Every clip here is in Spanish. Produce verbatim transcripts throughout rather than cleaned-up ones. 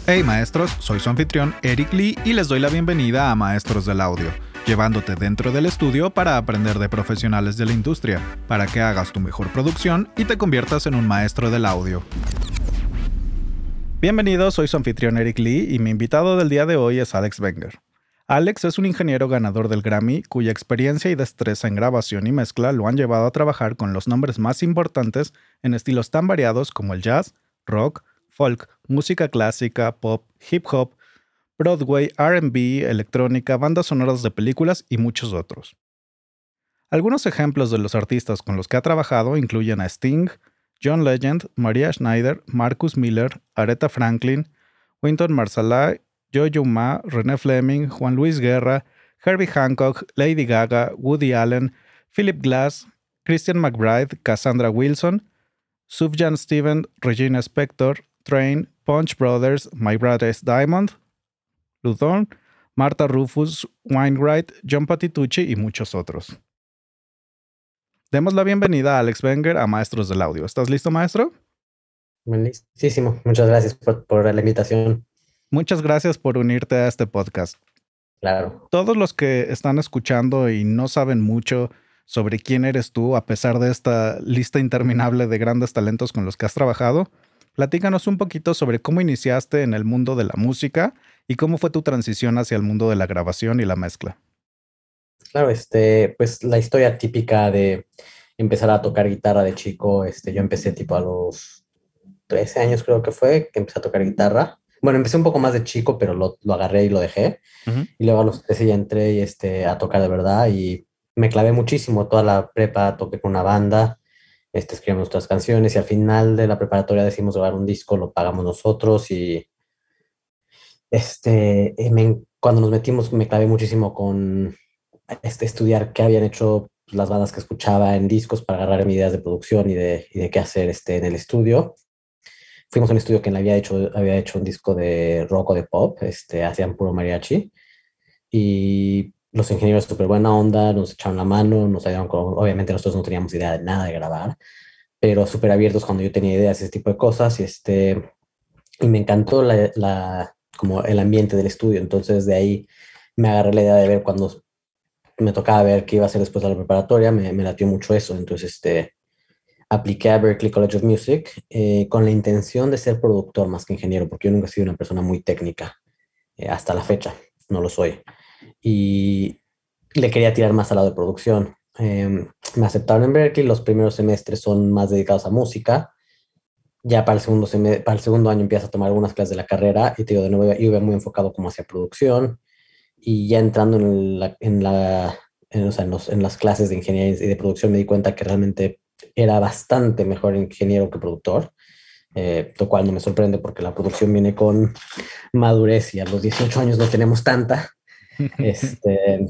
Hey maestros, soy su anfitrión Eric Lee y les doy la bienvenida a Maestros del Audio, llevándote dentro del estudio para aprender de profesionales de la industria, para que hagas tu mejor producción y te conviertas en un maestro del audio. Bienvenidos, soy su anfitrión Eric Lee y mi invitado del día de hoy es Alex Wenger. Alex es un ingeniero ganador del Grammy cuya experiencia y destreza en grabación y mezcla lo han llevado a trabajar con los nombres más importantes en estilos tan variados como el jazz, rock, folk, música clásica, pop, hip hop, Broadway, R and B, electrónica, bandas sonoras de películas y muchos otros. Algunos ejemplos de los artistas con los que ha trabajado incluyen a Sting, John Legend, Maria Schneider, Marcus Miller, Aretha Franklin, Wynton Marsalis, Yo-Yo Ma, René Fleming, Juan Luis Guerra, Herbie Hancock, Lady Gaga, Woody Allen, Philip Glass, Christian McBride, Cassandra Wilson, Sufjan Stevens, Regina Spektor, Train, Punch Brothers, My Brother's Diamond, Ludon, Martha Rufus, Wainwright, John Patitucci y muchos otros. Demos la bienvenida a Alex Wenger a Maestros del Audio. ¿Estás listo, maestro? Listísimo. Muchas gracias por, por la invitación. Muchas gracias por unirte a este podcast. Claro. Todos los que están escuchando y no saben mucho sobre quién eres tú, a pesar de esta lista interminable de grandes talentos con los que has trabajado, platícanos un poquito sobre cómo iniciaste en el mundo de la música y cómo fue tu transición hacia el mundo de la grabación y la mezcla. Claro, este, pues la historia típica de empezar a tocar guitarra de chico, este, yo empecé tipo a los trece años creo que fue, que empecé a tocar guitarra. Bueno, empecé un poco más de chico, pero lo, lo agarré y lo dejé. Uh-huh. Y luego a los trece ya entré y, este, a tocar de verdad y me clavé muchísimo. Toda la prepa toqué con una banda, este, escribimos nuestras canciones y al final de la preparatoria decidimos grabar un disco, lo pagamos nosotros y este, eh, me- cuando nos metimos me clavé muchísimo con este, estudiar qué habían hecho las bandas que escuchaba en discos para agarrar mis ideas de producción y de, y de qué hacer este, en el estudio. Fuimos a un estudio que le había hecho, había hecho un disco de rock o de pop, este, hacían puro mariachi y los ingenieros súper buena onda, nos echaron la mano, nos ayudaron con, obviamente nosotros no teníamos idea de nada de grabar, pero súper abiertos cuando yo tenía ideas, ese tipo de cosas y este, y me encantó la, la, como el ambiente del estudio, entonces de ahí me agarré la idea de ver cuando me tocaba ver qué iba a hacer después de la preparatoria, me, me latió mucho eso, entonces este, apliqué a Berklee College of Music eh, con la intención de ser productor más que ingeniero, porque yo nunca he sido una persona muy técnica, eh, hasta la fecha, no lo soy, y le quería tirar más al lado de producción. Eh, me aceptaron en Berkeley, los primeros semestres son más dedicados a música, ya para el segundo, sem- para el segundo año empiezas a tomar algunas clases de la carrera y te digo, de nuevo, yo iba muy enfocado como hacia producción y ya entrando en la, en la, en, o sea, en, los- en las clases de ingeniería y de producción me di cuenta que realmente era bastante mejor ingeniero que productor, eh, lo cual no me sorprende porque la producción viene con madurez y a los dieciocho años no tenemos tanta. Este,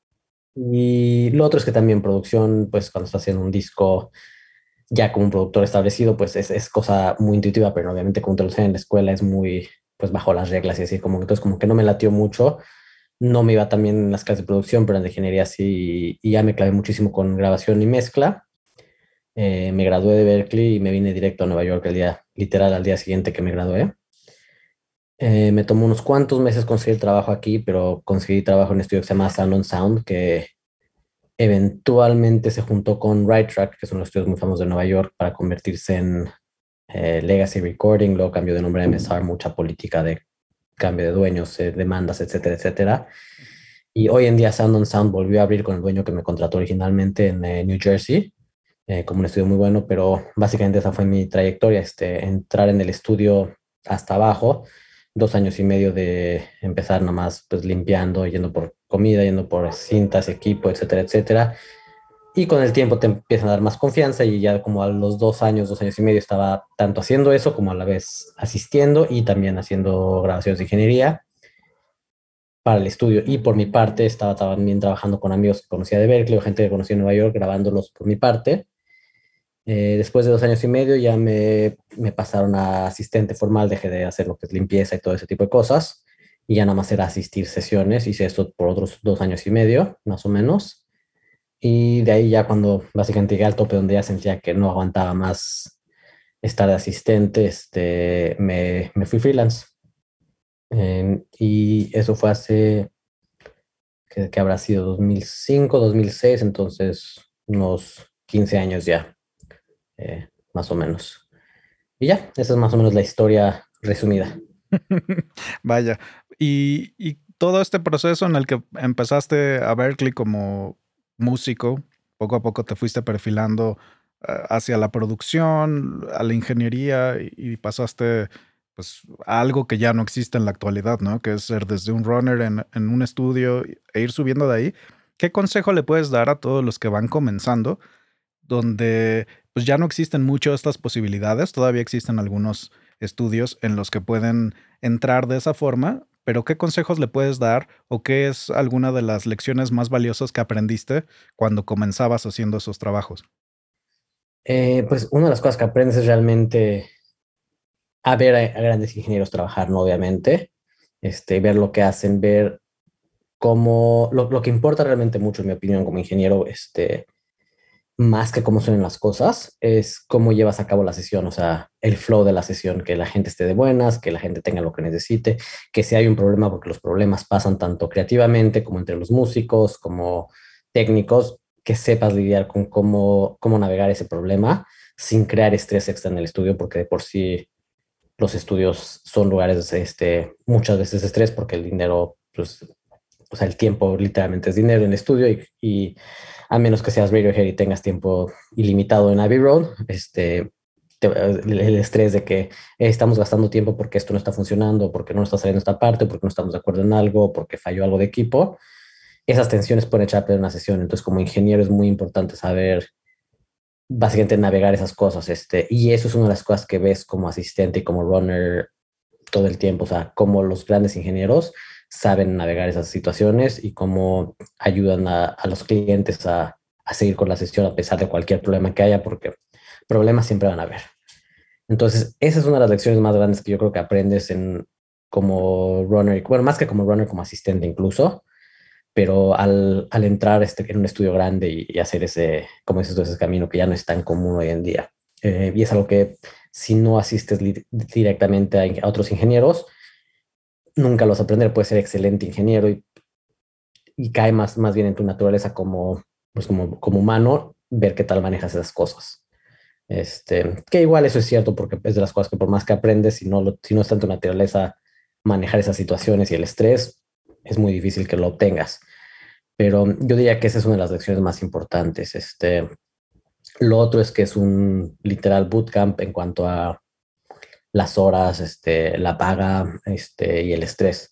y lo otro es que también producción, pues cuando estás haciendo un disco ya como un productor establecido, pues es, es cosa muy intuitiva, pero obviamente como te lo enseñan en la escuela es muy, pues bajo las reglas y así, como que entonces como que no me latió mucho, no me iba también en las clases de producción, pero en la ingeniería sí, y ya me clavé muchísimo con grabación y mezcla. Eh, me gradué de Berkeley y me vine directo a Nueva York el día, literal, al día siguiente que me gradué. Eh, me tomó unos cuantos meses conseguir trabajo aquí, pero conseguí trabajo en un estudio que se llama Sound on Sound, que eventualmente se juntó con Right Track, que son los estudios muy famosos de Nueva York, para convertirse en eh, Legacy Recording, luego cambió de nombre a M S R, mucha política de cambio de dueños, eh, demandas, etcétera, etcétera. Y hoy en día Sound on Sound volvió a abrir con el dueño que me contrató originalmente en eh, New Jersey, eh, como un estudio muy bueno, pero básicamente esa fue mi trayectoria, este, entrar en el estudio hasta abajo, dos años y medio de empezar nomás pues limpiando, yendo por comida, yendo por cintas, equipo, etcétera, etcétera. Y con el tiempo te empiezan a dar más confianza y ya como a los dos años, dos años y medio estaba tanto haciendo eso como a la vez asistiendo y también haciendo grabaciones de ingeniería para el estudio. Y por mi parte estaba también trabajando con amigos que conocía de Berkeley o gente que conocía en Nueva York, grabándolos por mi parte. Eh, después de dos años y medio ya me, me pasaron a asistente formal, dejé de hacer lo que es limpieza y todo ese tipo de cosas. Y ya nada más era asistir sesiones, hice esto por otros dos años y medio, más o menos. Y de ahí ya cuando básicamente llegué al tope donde ya sentía que no aguantaba más estar de asistente, este, me, me fui freelance. Eh, y eso fue hace, que, que habrá sido dos mil cinco, dos mil seis, entonces unos quince años ya, eh, más o menos. Y ya, esa es más o menos la historia resumida. Vaya. Y, y todo este proceso en el que empezaste a Berkeley como músico, poco a poco te fuiste perfilando eh, hacia la producción, a la ingeniería y, y pasaste pues a algo que ya no existe en la actualidad, ¿no? Que es ser desde un runner en, en un estudio e ir subiendo de ahí. ¿Qué consejo le puedes dar a todos los que van comenzando, donde pues ya no existen mucho estas posibilidades? Todavía existen algunos estudios en los que pueden entrar de esa forma, pero ¿qué consejos le puedes dar o qué es alguna de las lecciones más valiosas que aprendiste cuando comenzabas haciendo esos trabajos? Eh, pues una de las cosas que aprendes es realmente a ver a, a grandes ingenieros trabajar, ¿no? Obviamente, este, ver lo que hacen, ver cómo, lo, lo que importa realmente mucho, en mi opinión, como ingeniero, este, más que cómo suenan las cosas, es cómo llevas a cabo la sesión, o sea, el flow de la sesión, que la gente esté de buenas, que la gente tenga lo que necesite, que si hay un problema, porque los problemas pasan tanto creativamente como entre los músicos, como técnicos, que sepas lidiar con cómo, cómo navegar ese problema sin crear estrés extra en el estudio, porque de por sí los estudios son lugares, este, muchas veces de estrés, porque el dinero, pues, o sea, el tiempo literalmente es dinero en el estudio y, y a menos que seas Radiohead y tengas tiempo ilimitado en Abbey Road, este, te, el, el estrés de que eh, estamos gastando tiempo porque esto no está funcionando, porque no está saliendo esta parte, porque no estamos de acuerdo en algo, porque falló algo de equipo, esas tensiones pueden echar a perder una sesión. Entonces, como ingeniero es muy importante saber básicamente navegar esas cosas, este, y eso es una de las cosas que ves como asistente y como runner todo el tiempo, o sea, cómo los grandes ingenieros saben navegar esas situaciones y cómo ayudan a, a los clientes a, a, seguir con la sesión a pesar de cualquier problema que haya, porque problemas siempre van a haber. Entonces, esa es una de las lecciones más grandes que yo creo que aprendes en como runner, bueno, más que como runner, como asistente incluso, pero al, al entrar este, en un estudio grande y, y hacer ese, como dices tú, ese camino que ya no es tan común hoy en día. Eh, y es algo que si no asistes directamente a, a, otros ingenieros, nunca los aprender. Puedes ser excelente ingeniero y, y cae más, más bien en tu naturaleza como, pues como, como humano ver qué tal manejas esas cosas. Este, que igual eso es cierto porque es de las cosas que por más que aprendes, si no, lo, si no está en tu naturaleza manejar esas situaciones y el estrés, es muy difícil que lo obtengas. Pero yo diría que esa es una de las lecciones más importantes. Este, lo otro es que es un literal bootcamp en cuanto a las horas, este, la paga, este, y el estrés.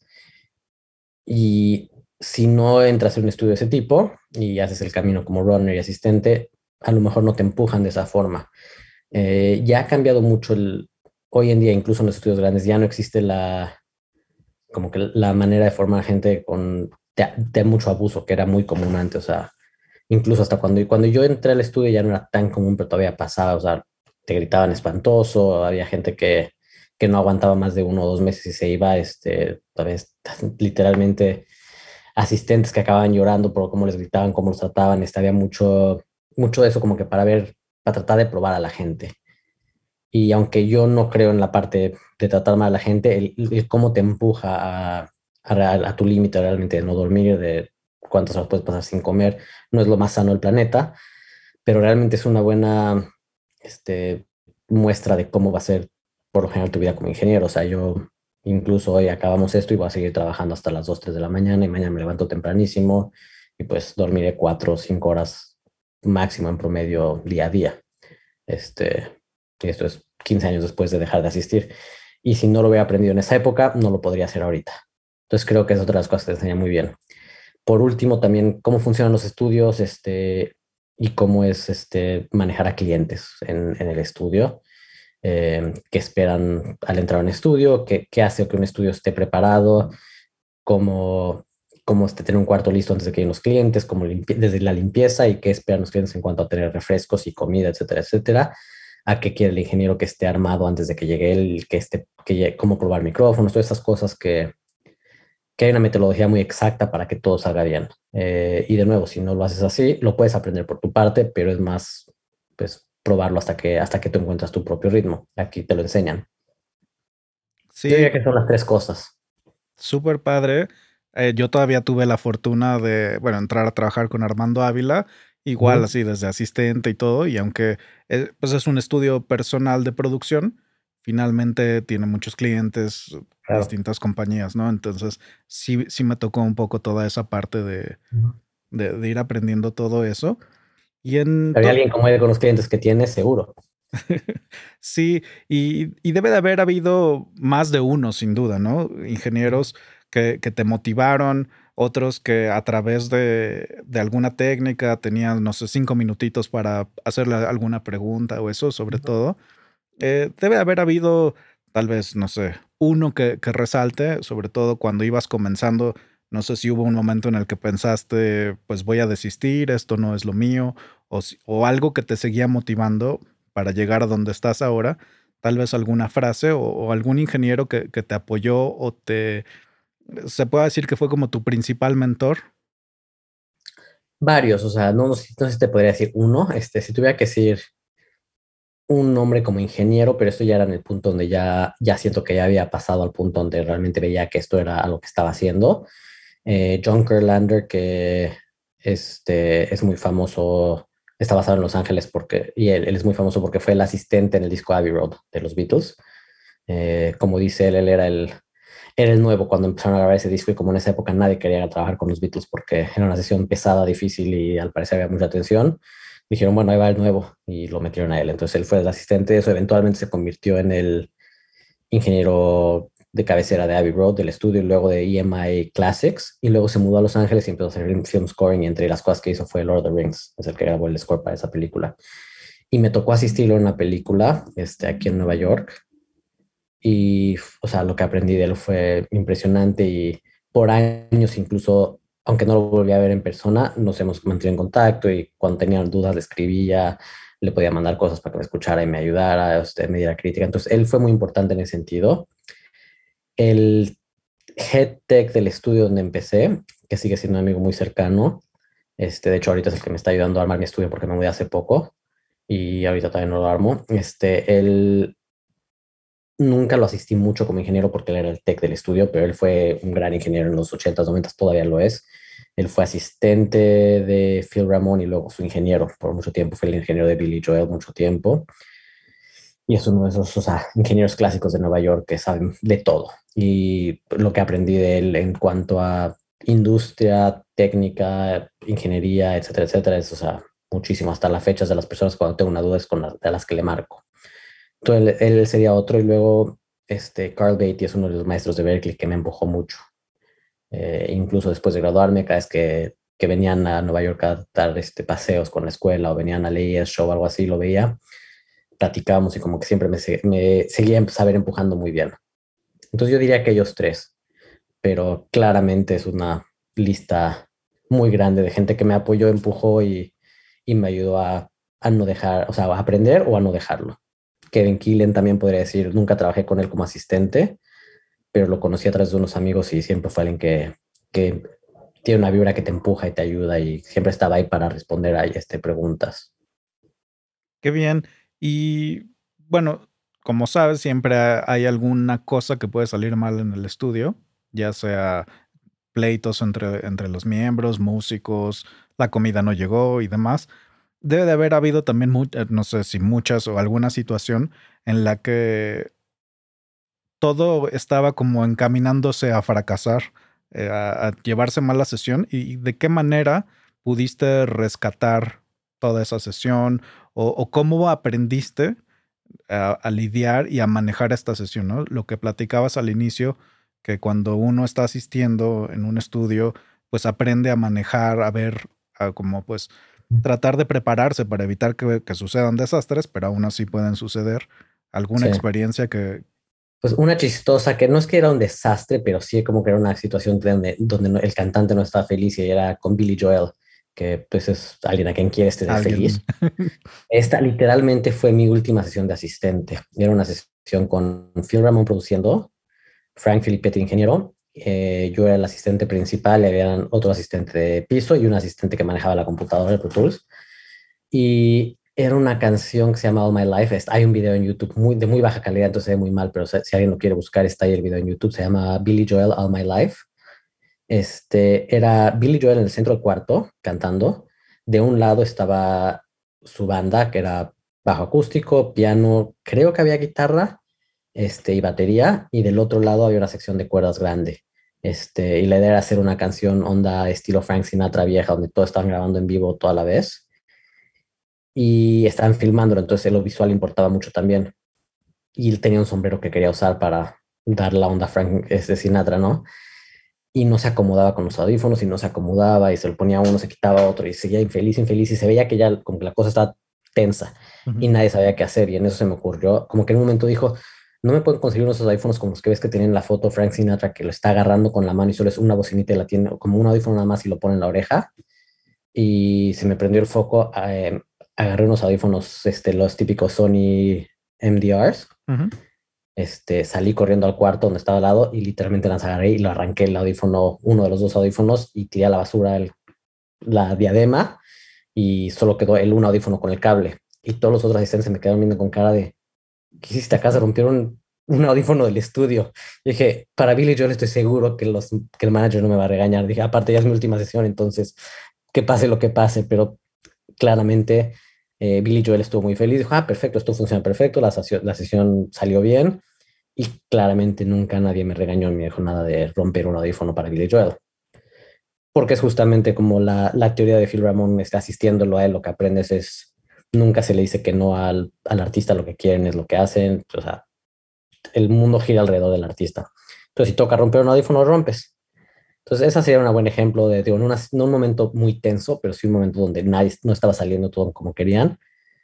Y si no entras en un estudio de ese tipo y haces el camino como runner y asistente, a lo mejor no te empujan de esa forma. Eh, ya ha cambiado mucho el, hoy en día, incluso en los estudios grandes, ya no existe la, como que la manera de formar gente con de, de mucho abuso, que era muy común antes, o sea, incluso hasta cuando, cuando yo entré al estudio ya no era tan común, pero todavía pasaba, o sea, te gritaban espantoso, había gente que, que no aguantaba más de uno o dos meses y se iba, este, tal vez literalmente asistentes que acababan llorando por cómo les gritaban, cómo los trataban, este, había mucho, mucho de eso como que para ver, para tratar de probar a la gente. Y aunque yo no creo en la parte de tratar mal a la gente, el, el cómo te empuja a, a, a tu límite realmente de no dormir, de cuántas horas puedes pasar sin comer, no es lo más sano del planeta, pero realmente es una buena este, muestra de cómo va a ser por lo general tu vida como ingeniero. O sea, yo incluso hoy acabamos esto y voy a seguir trabajando hasta las dos tres de la mañana y mañana me levanto tempranísimo y pues dormiré cuatro o cinco horas máximo en promedio día a día. Este, y esto es quince años después de dejar de asistir. Y si no lo hubiera aprendido en esa época, no lo podría hacer ahorita. Entonces creo que es otra de las cosas que te enseña muy bien. Por último, también cómo funcionan los estudios, este, y cómo es este, manejar a clientes en, en el estudio, eh, qué esperan al entrar a un estudio, qué, qué hace que un estudio esté preparado, cómo, cómo este, tener un cuarto listo antes de que lleguen los clientes, cómo desde la limpieza y qué esperan los clientes en cuanto a tener refrescos y comida, etcétera, etcétera, a qué quiere el ingeniero que esté armado antes de que llegue él, que esté, que llegue, cómo probar micrófonos, todas esas cosas que, que hay una metodología muy exacta para que todo salga bien. Eh, y de nuevo, si no lo haces así, lo puedes aprender por tu parte, pero es más, pues, probarlo hasta que, hasta que tú encuentras tu propio ritmo. Aquí te lo enseñan. Yo Sí, diría que son las tres cosas. súper padre. Eh, yo todavía tuve la fortuna de, bueno, entrar a trabajar con Armando Ávila, igual Ujú. así desde asistente y todo, y aunque eh, pues es un estudio personal de producción, finalmente tiene muchos clientes, Claro. distintas compañías, ¿no? Entonces sí, sí me tocó un poco toda esa parte de, Ujú. de, de ir aprendiendo todo eso. Y en Había to- alguien como él con los clientes que tiene, seguro. Sí, y, y debe de haber habido más de uno, sin duda, ¿no? Ingenieros que, que te motivaron, otros que a través de, de alguna técnica tenían, no sé, cinco minutitos para hacerle alguna pregunta o eso, sobre Ujú. todo. Eh, debe haber habido, tal vez, no sé, uno que, que resalte, sobre todo cuando ibas comenzando. No sé si hubo un momento en el que pensaste, pues voy a desistir, esto no es lo mío, o, si- o algo que te seguía motivando para llegar a donde estás ahora. Tal vez alguna frase o, o algún ingeniero que, que te apoyó o te, se puede decir que fue como tu principal mentor. Varios, o sea, no, no, sé no sé si te podría decir uno, este, si tuviera que decir un nombre como ingeniero, pero esto ya era en el punto donde ya, ya siento que ya había pasado al punto donde realmente veía que esto era algo que estaba haciendo. Eh, John Kurlander, que este, es muy famoso, está basado en Los Ángeles porque, y él, él es muy famoso porque fue el asistente en el disco Abbey Road de los Beatles. Eh, como dice él, él era el, era el nuevo cuando empezaron a grabar ese disco y como en esa época nadie quería trabajar con los Beatles porque era una sesión pesada, difícil y al parecer había mucha tensión, dijeron, bueno, ahí va el nuevo y lo metieron a él. Entonces él fue el asistente, eso eventualmente se convirtió en el ingeniero de cabecera de Abbey Road, del estudio, y luego de E M I Classics, y luego se mudó a Los Ángeles y empezó a hacer film scoring, y entre las cosas que hizo fue Lord of the Rings, es el que grabó el score para esa película. Y me tocó asistirlo en una película este, aquí en Nueva York, y, o sea, lo que aprendí de él fue impresionante y por años incluso, aunque no lo volví a ver en persona, nos hemos mantenido en contacto y cuando tenía dudas le escribía, le podía mandar cosas para que me escuchara y me ayudara, usted me diera crítica. Entonces, él fue muy importante en ese sentido. El head tech del estudio donde empecé, que sigue siendo un amigo muy cercano, este, de hecho ahorita es el que me está ayudando a armar mi estudio porque me mudé hace poco y ahorita todavía no lo armo. Este, él nunca lo asistí mucho como ingeniero porque él era el tech del estudio, pero él fue un gran ingeniero en los ochentas, noventas, todavía lo es. Él fue asistente de Phil Ramone y luego su ingeniero por mucho tiempo. Fue el ingeniero de Billy Joel mucho tiempo. Y es uno de esos, o sea, ingenieros clásicos de Nueva York que saben de todo. Y lo que aprendí de él en cuanto a industria, técnica, ingeniería, etcétera, etcétera, es, o sea, muchísimo. Hasta las fechas de las personas cuando tengo una duda es con las, de las que le marco. Entonces, él, él sería otro. Y luego, este, Carl Beatty es uno de los maestros de Berkeley que me empujó mucho. Eh, incluso después de graduarme, cada vez que, que venían a Nueva York a dar este, paseos con la escuela o venían a leer show o algo así, lo veía, platicábamos y como que siempre me, me seguía a saber empujando muy bien. Entonces yo diría que ellos tres, pero claramente es una lista muy grande de gente que me apoyó, empujó y, y me ayudó a, a no dejar, o sea, a aprender o a no dejarlo. Kevin Killen también podría decir, nunca trabajé con él como asistente, pero lo conocí a través de unos amigos y siempre fue alguien que, que tiene una vibra que te empuja y te ayuda y siempre estaba ahí para responder a este, preguntas. Qué bien. Y bueno, como sabes, siempre ha- hay alguna cosa que puede salir mal en el estudio, ya sea pleitos entre, entre los miembros, músicos, la comida no llegó y demás. Debe de haber habido también, mu- eh, no sé si muchas o alguna situación en la que todo estaba como encaminándose a fracasar, eh, a, a llevarse mal la sesión. ¿Y de qué manera pudiste rescatar toda esa sesión? ¿O, o cómo aprendiste a, a lidiar y a manejar esta sesión, ¿no? Lo que platicabas al inicio, que cuando uno está asistiendo en un estudio, pues aprende a manejar, a ver, a como pues tratar de prepararse para evitar que, que sucedan desastres, pero aún así pueden suceder. ¿Alguna Sí. experiencia que... Pues una chistosa que no es que era un desastre, pero sí como que era una situación donde, donde no- el cantante no estaba feliz y era con Billy Joel, que pues es alguien a quien quieres tener alguien... feliz. Esta literalmente fue mi última sesión de asistente. Era una sesión con Phil Ramone produciendo, Frank Filippetti ingeniero, eh, yo era el asistente principal, y había otro asistente de piso y un asistente que manejaba la computadora de Pro Tools. Y Era una canción que se llama All My Life. Es- Hay un video en YouTube muy, de muy baja calidad, entonces se ve muy mal, pero si, si alguien lo quiere buscar, está ahí el video en YouTube. Se llama Billy Joel All My Life. Este, era Billy Joel en el centro del cuarto cantando. De un lado estaba su banda, que era bajo acústico, piano, creo que había guitarra, este, y batería, y del otro lado había una sección de cuerdas grande. Este, y la idea era hacer una canción onda estilo Frank Sinatra vieja, donde todos estaban grabando en vivo toda la vez y estaban filmándolo, entonces lo visual importaba mucho también. Y él tenía un sombrero que quería usar para dar la onda Frank este, Sinatra, ¿no? Y no se acomodaba con los audífonos y no se acomodaba y se lo ponía uno, se quitaba otro y seguía infeliz, infeliz y se veía que ya como que la cosa estaba tensa y Ujú. nadie sabía qué hacer y en eso se me ocurrió, como que en un momento dijo, no me pueden conseguir unos audífonos como los que ves que tienen la foto Frank Sinatra que lo está agarrando con la mano y solo es una bocinita y la tiene como un audífono nada más y lo pone en la oreja y se me prendió el foco, eh, agarré unos audífonos, este, los típicos Sony M D Rs, Ujú. este, salí corriendo al cuarto donde estaba al lado y literalmente las agarré y lo arranqué el audífono, uno de los dos audífonos y tiré a la basura el, la diadema y solo quedó el un audífono con el cable. Y todos los otros asistentes se me quedaron viendo con cara de, ¿qué hiciste acá? Se rompieron un audífono del estudio. Y dije, para Billy yo le estoy seguro que, los, que el manager no me va a regañar. Dije, aparte ya es mi última sesión, entonces que pase lo que pase, pero claramente eh, Billy Joel estuvo muy feliz. Dijo, ah, perfecto, esto funciona perfecto, la, sesión- la sesión salió bien y claramente nunca nadie me regañó ni me dijo nada de romper un audífono para Billy Joel. Porque es justamente como la, la teoría de Phil Ramone está asistiéndolo a él, lo que aprendes es, nunca se le dice que no al, al artista, lo que quieren es lo que hacen, o sea, el mundo gira alrededor del artista. Entonces, si toca romper un audífono, rompes. Entonces, esa sería un buen ejemplo de, digo, en una, no un momento muy tenso, pero sí un momento donde nadie no estaba saliendo todo como querían.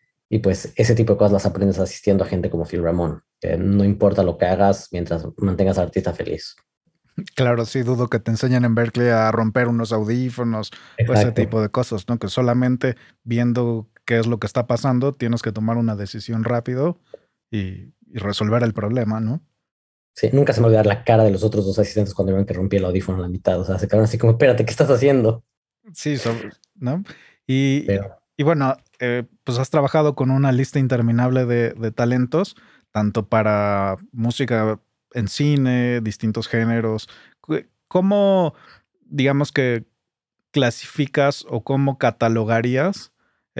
Y pues ese tipo de cosas las aprendes asistiendo a gente como Phil Ramone, que no importa lo que hagas mientras mantengas al artista feliz. Claro, sí, dudo que te enseñen en Berkeley a romper unos audífonos o ese Exacto. tipo de cosas, ¿no? Que solamente viendo qué es lo que está pasando, tienes que tomar una decisión rápido y, y resolver el problema, ¿no? Sí, nunca se me olvidar la cara de los otros dos asistentes cuando vieron que rompí el audífono a la mitad. O sea, se quedaron así como, espérate, ¿qué estás haciendo? Sí, so- ¿no? Y, Pero y bueno, eh, pues has trabajado con una lista interminable de, de talentos, tanto para música en cine, distintos géneros. Cu- ¿Cómo, digamos que clasificas o cómo catalogarías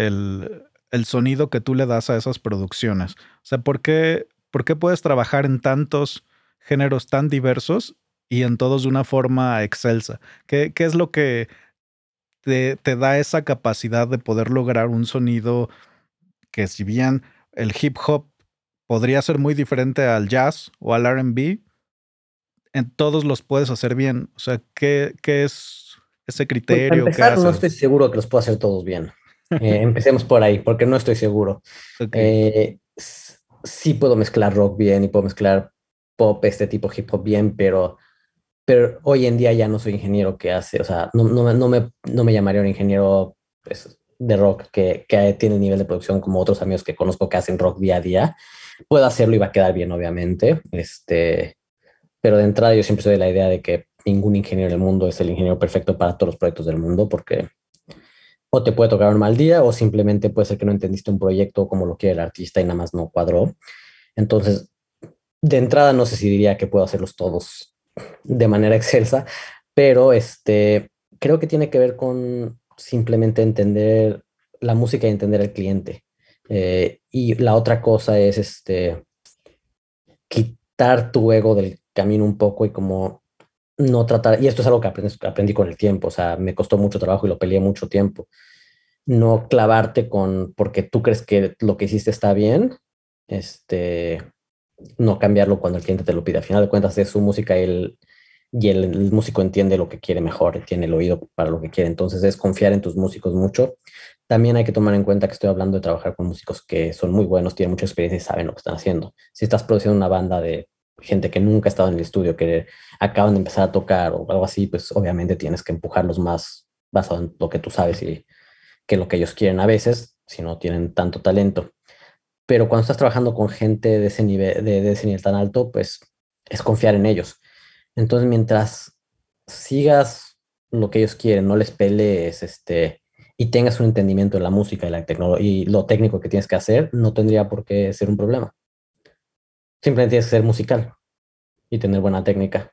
el, el sonido que tú le das a esas producciones? O sea, ¿por qué, por qué puedes trabajar en tantos géneros tan diversos y en todos de una forma excelsa? ¿Qué, qué es lo que te, te da esa capacidad de poder lograr un sonido que, si bien el hip hop podría ser muy diferente al jazz o al R and B, en todos los puedes hacer bien? O sea, ¿qué, qué es ese bueno, para criterio? ¿Qué empezar, no haces? estoy seguro que los pueda hacer todos bien. Eh, empecemos por ahí, porque no estoy seguro. Ok. Eh, s- sí puedo mezclar rock bien y puedo mezclar pop, este tipo hip hop bien, pero, pero hoy en día ya no soy ingeniero que hace, o sea, no, no, me, no me no me llamaría un ingeniero pues, de rock que, que tiene el nivel de producción como otros amigos que conozco que hacen rock día a día. Puedo hacerlo y va a quedar bien, obviamente. Este, pero de entrada yo siempre soy de la idea de que ningún ingeniero del mundo es el ingeniero perfecto para todos los proyectos del mundo, porque o te puede tocar un mal día o simplemente puede ser que no entendiste un proyecto como lo quiere el artista y nada más no cuadró. Entonces, de entrada no sé si diría que puedo hacerlos todos de manera excelsa, pero este, creo que tiene que ver con simplemente entender la música y entender al cliente. Eh, y la otra cosa es este, quitar tu ego del camino un poco y como no tratar, y esto es algo que aprendí, aprendí con el tiempo, o sea, me costó mucho trabajo y lo peleé mucho tiempo, no clavarte con, porque tú crees que lo que hiciste está bien, este, no cambiarlo cuando el cliente te lo pide. Al final de cuentas es su música y el, y el, el músico entiende lo que quiere mejor, tiene el oído para lo que quiere, entonces es confiar en tus músicos mucho. También hay que tomar en cuenta que estoy hablando de trabajar con músicos que son muy buenos, tienen mucha experiencia y saben lo que están haciendo. Si estás produciendo una banda de gente que nunca ha estado en el estudio, que acaban de empezar a tocar o algo así, pues obviamente tienes que empujarlos más basado en lo que tú sabes y que lo que ellos quieren a veces, si no tienen tanto talento. Pero cuando estás trabajando con gente de ese nivel, de, de ese nivel tan alto, pues es confiar en ellos. Entonces, mientras sigas lo que ellos quieren, no les pelees, este, y tengas un entendimiento de la música y la tecnología y lo técnico que tienes que hacer, no tendría por qué ser un problema. Simplemente tienes que ser musical y tener buena técnica.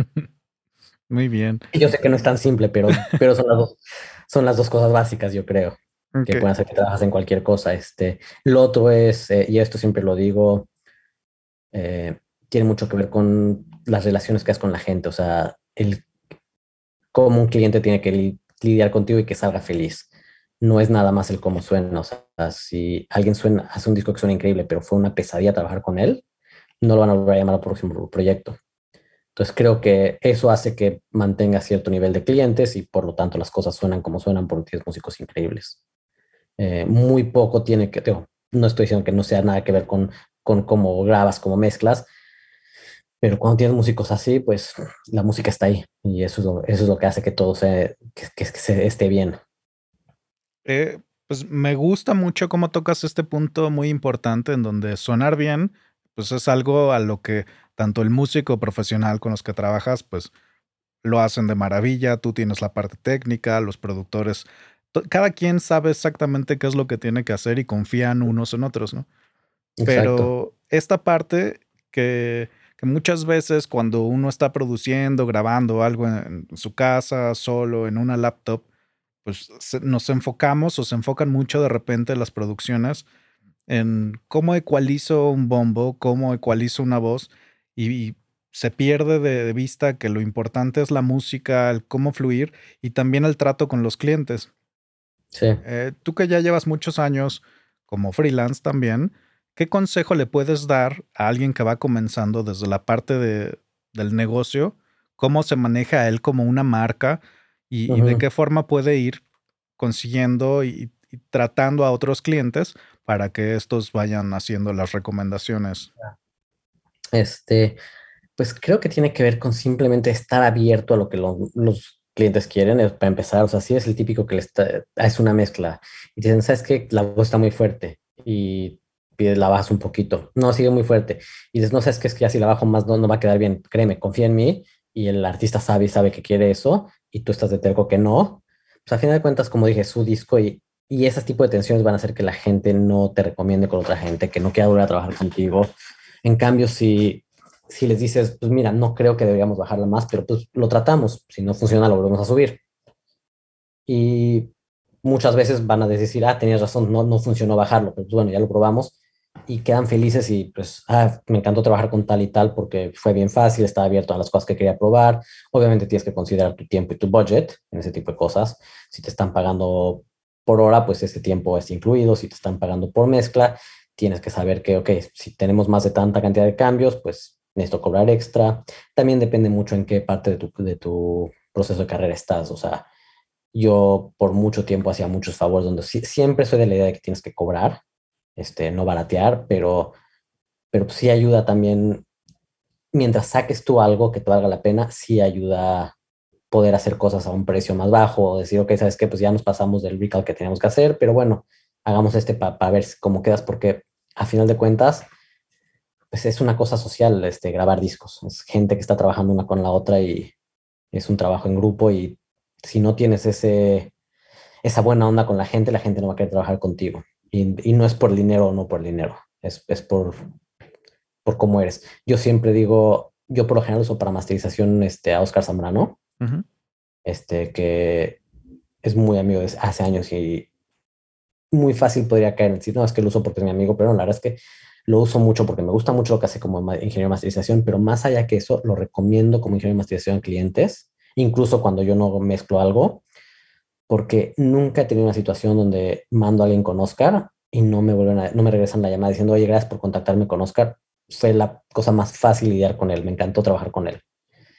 Muy bien. Y yo sé que no es tan simple, pero, pero son las dos, son las dos cosas básicas, yo creo, que Ok. pueden hacer que trabajes en cualquier cosa. Este, lo otro es, eh, y esto siempre lo digo, eh, tiene mucho que ver con las relaciones que has con la gente, o sea, el cómo un cliente tiene que li- lidiar contigo y que salga feliz. No es nada más el cómo suena, o sea, si alguien suena, hace un disco que suena increíble, pero fue una pesadilla trabajar con él, no lo van a volver a llamar al próximo proyecto. Entonces creo que eso hace que mantenga cierto nivel de clientes y por lo tanto las cosas suenan como suenan porque tienes músicos increíbles. Eh, muy poco tiene que, digo, no estoy diciendo que no sea nada que ver con, con cómo grabas, cómo mezclas, pero cuando tienes músicos así, pues la música está ahí y eso es lo, eso es lo que hace que todo se, que, que, que se esté bien. Eh, pues me gusta mucho cómo tocas este punto muy importante en donde sonar bien, pues es algo a lo que tanto el músico profesional con los que trabajas, pues lo hacen de maravilla, tú tienes la parte técnica, los productores, to- cada quien sabe exactamente qué es lo que tiene que hacer y confían unos en otros, ¿no? Exacto. Pero esta parte que, que muchas veces cuando uno está produciendo, grabando algo en, en su casa, solo, en una laptop, pues se- nos enfocamos o se enfocan mucho de repente las producciones en cómo ecualizo un bombo, cómo ecualizo una voz y, y se pierde de, de vista que lo importante es la música, el cómo fluir y también el trato con los clientes. Sí. Eh, tú que ya llevas muchos años como freelance también, ¿qué consejo le puedes dar a alguien que va comenzando desde la parte de, del negocio? ¿Cómo se maneja él como una marca y, y de Ujú. qué forma puede ir consiguiendo y, y tratando a otros clientes para que estos vayan haciendo las recomendaciones? Este, pues creo que tiene que ver con simplemente estar abierto a lo que lo- los clientes quieren, es para empezar. O sea, si es el típico que le está, es una mezcla y te dicen, ¿sabes qué? La voz está muy fuerte y pides la bajas un poquito. No, sigue muy fuerte. Y dices, no, ¿sabes qué? Es que ya si la bajo más no, no va a quedar bien. Créeme, confía en mí y el artista sabe y sabe que quiere eso y tú estás de terco que no. Pues a final de cuentas, como dije, es su disco y, y ese tipo de tensiones van a hacer que la gente no te recomiende con otra gente, que no quiera volver a trabajar contigo. En cambio, si si les dices, pues mira, no creo que deberíamos bajarla más, pero pues lo tratamos, si no funciona lo volvemos a subir. Y muchas veces van a decir, ah, tenías razón, no, no funcionó bajarlo, pero pues, bueno, ya lo probamos y quedan felices y pues, ah, me encantó trabajar con tal y tal porque fue bien fácil, estaba abierto a las cosas que quería probar. Obviamente tienes que considerar tu tiempo y tu budget en ese tipo de cosas. Si te están pagando por hora, pues ese tiempo es incluido. Si te están pagando por mezcla, tienes que saber que, ok, si tenemos más de tanta cantidad de cambios, pues necesito cobrar extra. También depende mucho en qué parte de tu, de tu proceso de carrera estás. O sea, yo por mucho tiempo hacía muchos favores donde sí- siempre soy de la idea de que tienes que cobrar, este, no baratear, pero, pero sí ayuda también, mientras saques tú algo que te valga la pena, sí ayuda poder hacer cosas a un precio más bajo o decir, ok, ¿sabes qué? Pues ya nos pasamos del recall que teníamos que hacer, pero bueno, hagamos este para pa ver cómo quedas, porque a final de cuentas, pues es una cosa social, este, grabar discos. Es gente que está trabajando una con la otra y es un trabajo en grupo y si no tienes ese esa buena onda con la gente, la gente no va a querer trabajar contigo. Y, y no es por dinero o no por dinero, es, es por, por cómo eres. Yo siempre digo, yo por lo general uso para masterización este, a Oscar Zambrano, Ujú. este, que es muy amigo de hace años y muy fácil podría caer en decir, no, es que lo uso porque es mi amigo, pero no, la verdad es que lo uso mucho porque me gusta mucho lo que hace como ingeniero de masterización, pero más allá que eso, lo recomiendo como ingeniero de masterización a clientes, incluso cuando yo no mezclo algo, porque nunca he tenido una situación donde mando a alguien con Oscar y no me vuelven a, no me regresan la llamada diciendo, oye, gracias por contactarme con Oscar. Fue la cosa más fácil lidiar con él, me encantó trabajar con él.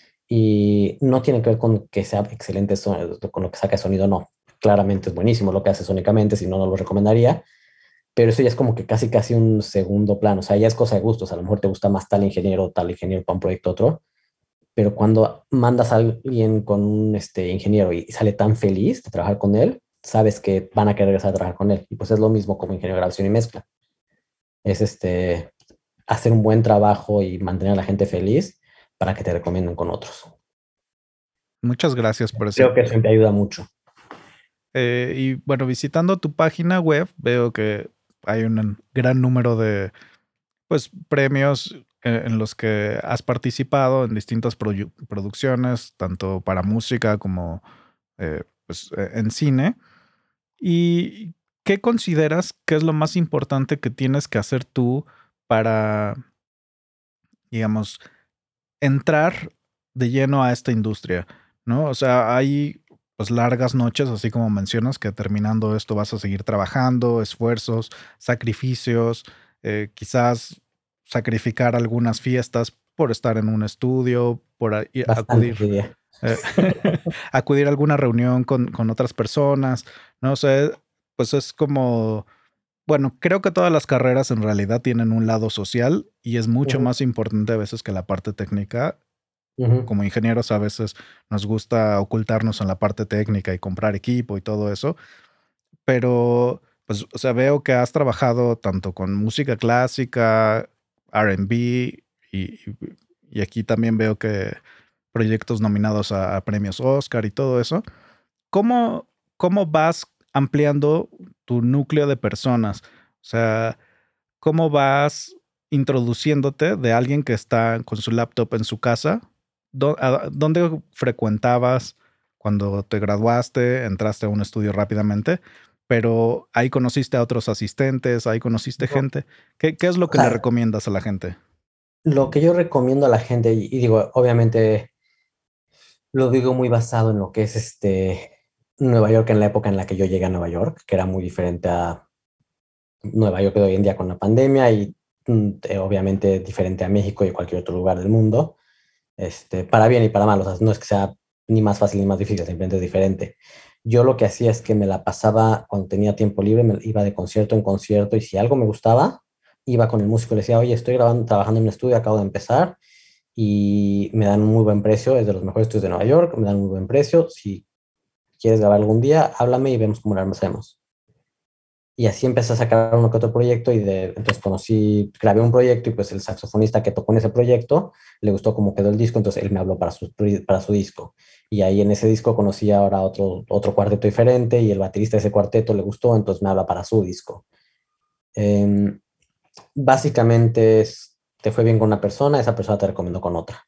Y no tiene que ver con que sea excelente son- con lo que saca de sonido, no. Claramente es buenísimo lo que hace sónicamente, si no, no lo recomendaría, pero eso ya es como que casi, casi un segundo plano, o sea, ya es cosa de gustos, a lo mejor te gusta más tal ingeniero, tal ingeniero para un proyecto otro, pero cuando mandas a alguien con un este, ingeniero y sale tan feliz de trabajar con él, sabes que van a querer regresar a trabajar con él. Y pues es lo mismo como ingeniero de grabación y mezcla. Es este, hacer un buen trabajo y mantener a la gente feliz para que te recomienden con otros. Muchas gracias por ese. Creo que eso siempre ayuda mucho. Eh, y bueno, visitando tu página web, veo que hay un gran número de pues, premios eh, en los que has participado en distintas proyu- producciones, tanto para música como eh, pues, eh, en cine. ¿Y qué consideras que es lo más importante que tienes que hacer tú para, digamos, entrar de lleno a esta industria, ¿no? O sea, hay pues largas noches, así como mencionas, que terminando esto vas a seguir trabajando, esfuerzos, sacrificios, eh, quizás sacrificar algunas fiestas por estar en un estudio, por a- ir- Bastante, acudir, diría. eh, acudir a alguna reunión con, con otras personas, ¿no? O sea, pues es como bueno, creo que todas las carreras en realidad tienen un lado social y es mucho Ujú, más importante a veces que la parte técnica. ujú. Como ingenieros a veces nos gusta ocultarnos en la parte técnica y comprar equipo y todo eso, pero pues, o sea, veo que has trabajado tanto con música clásica, R and B y, y aquí también veo que proyectos nominados a, a premios Oscar y todo eso. ¿Cómo, cómo vas ampliando tu núcleo de personas? O sea, ¿cómo vas introduciéndote de alguien que está con su laptop en su casa? ¿Dó- a- ¿Dónde frecuentabas cuando te graduaste, entraste a un estudio rápidamente? Pero ahí conociste a otros asistentes, ahí conociste No, gente. ¿Qué, qué es lo o que le sea, recomiendas a la gente? lo que yo recomiendo a la gente, y, y digo, obviamente lo digo muy basado en lo que es este Nueva York en la época en la que yo llegué a Nueva York, que era muy diferente a Nueva York de hoy en día con la pandemia y mm, eh, obviamente diferente a México y cualquier otro lugar del mundo, este, para bien y para mal, o sea, no es que sea ni más fácil ni más difícil, simplemente es diferente. Yo lo que hacía es que me la pasaba cuando tenía tiempo libre, me iba de concierto en concierto y si algo me gustaba, iba con el músico y le decía, oye, estoy grabando, trabajando en un estudio, acabo de empezar y me dan un muy buen precio, es de los mejores estudios de Nueva York, me dan un muy buen precio, si quieres grabar algún día, háblame y vemos cómo lo hacemos. Y así empecé a sacar uno que otro proyecto y de, entonces conocí, grabé un proyecto y pues el saxofonista que tocó en ese proyecto le gustó cómo quedó el disco, entonces él me habló para su, para su disco. Y ahí en ese disco conocí ahora otro, otro cuarteto diferente y el baterista de ese cuarteto le gustó, entonces me habla para su disco. Eh, Básicamente es, te fue bien con una persona, esa persona te recomendó con otra.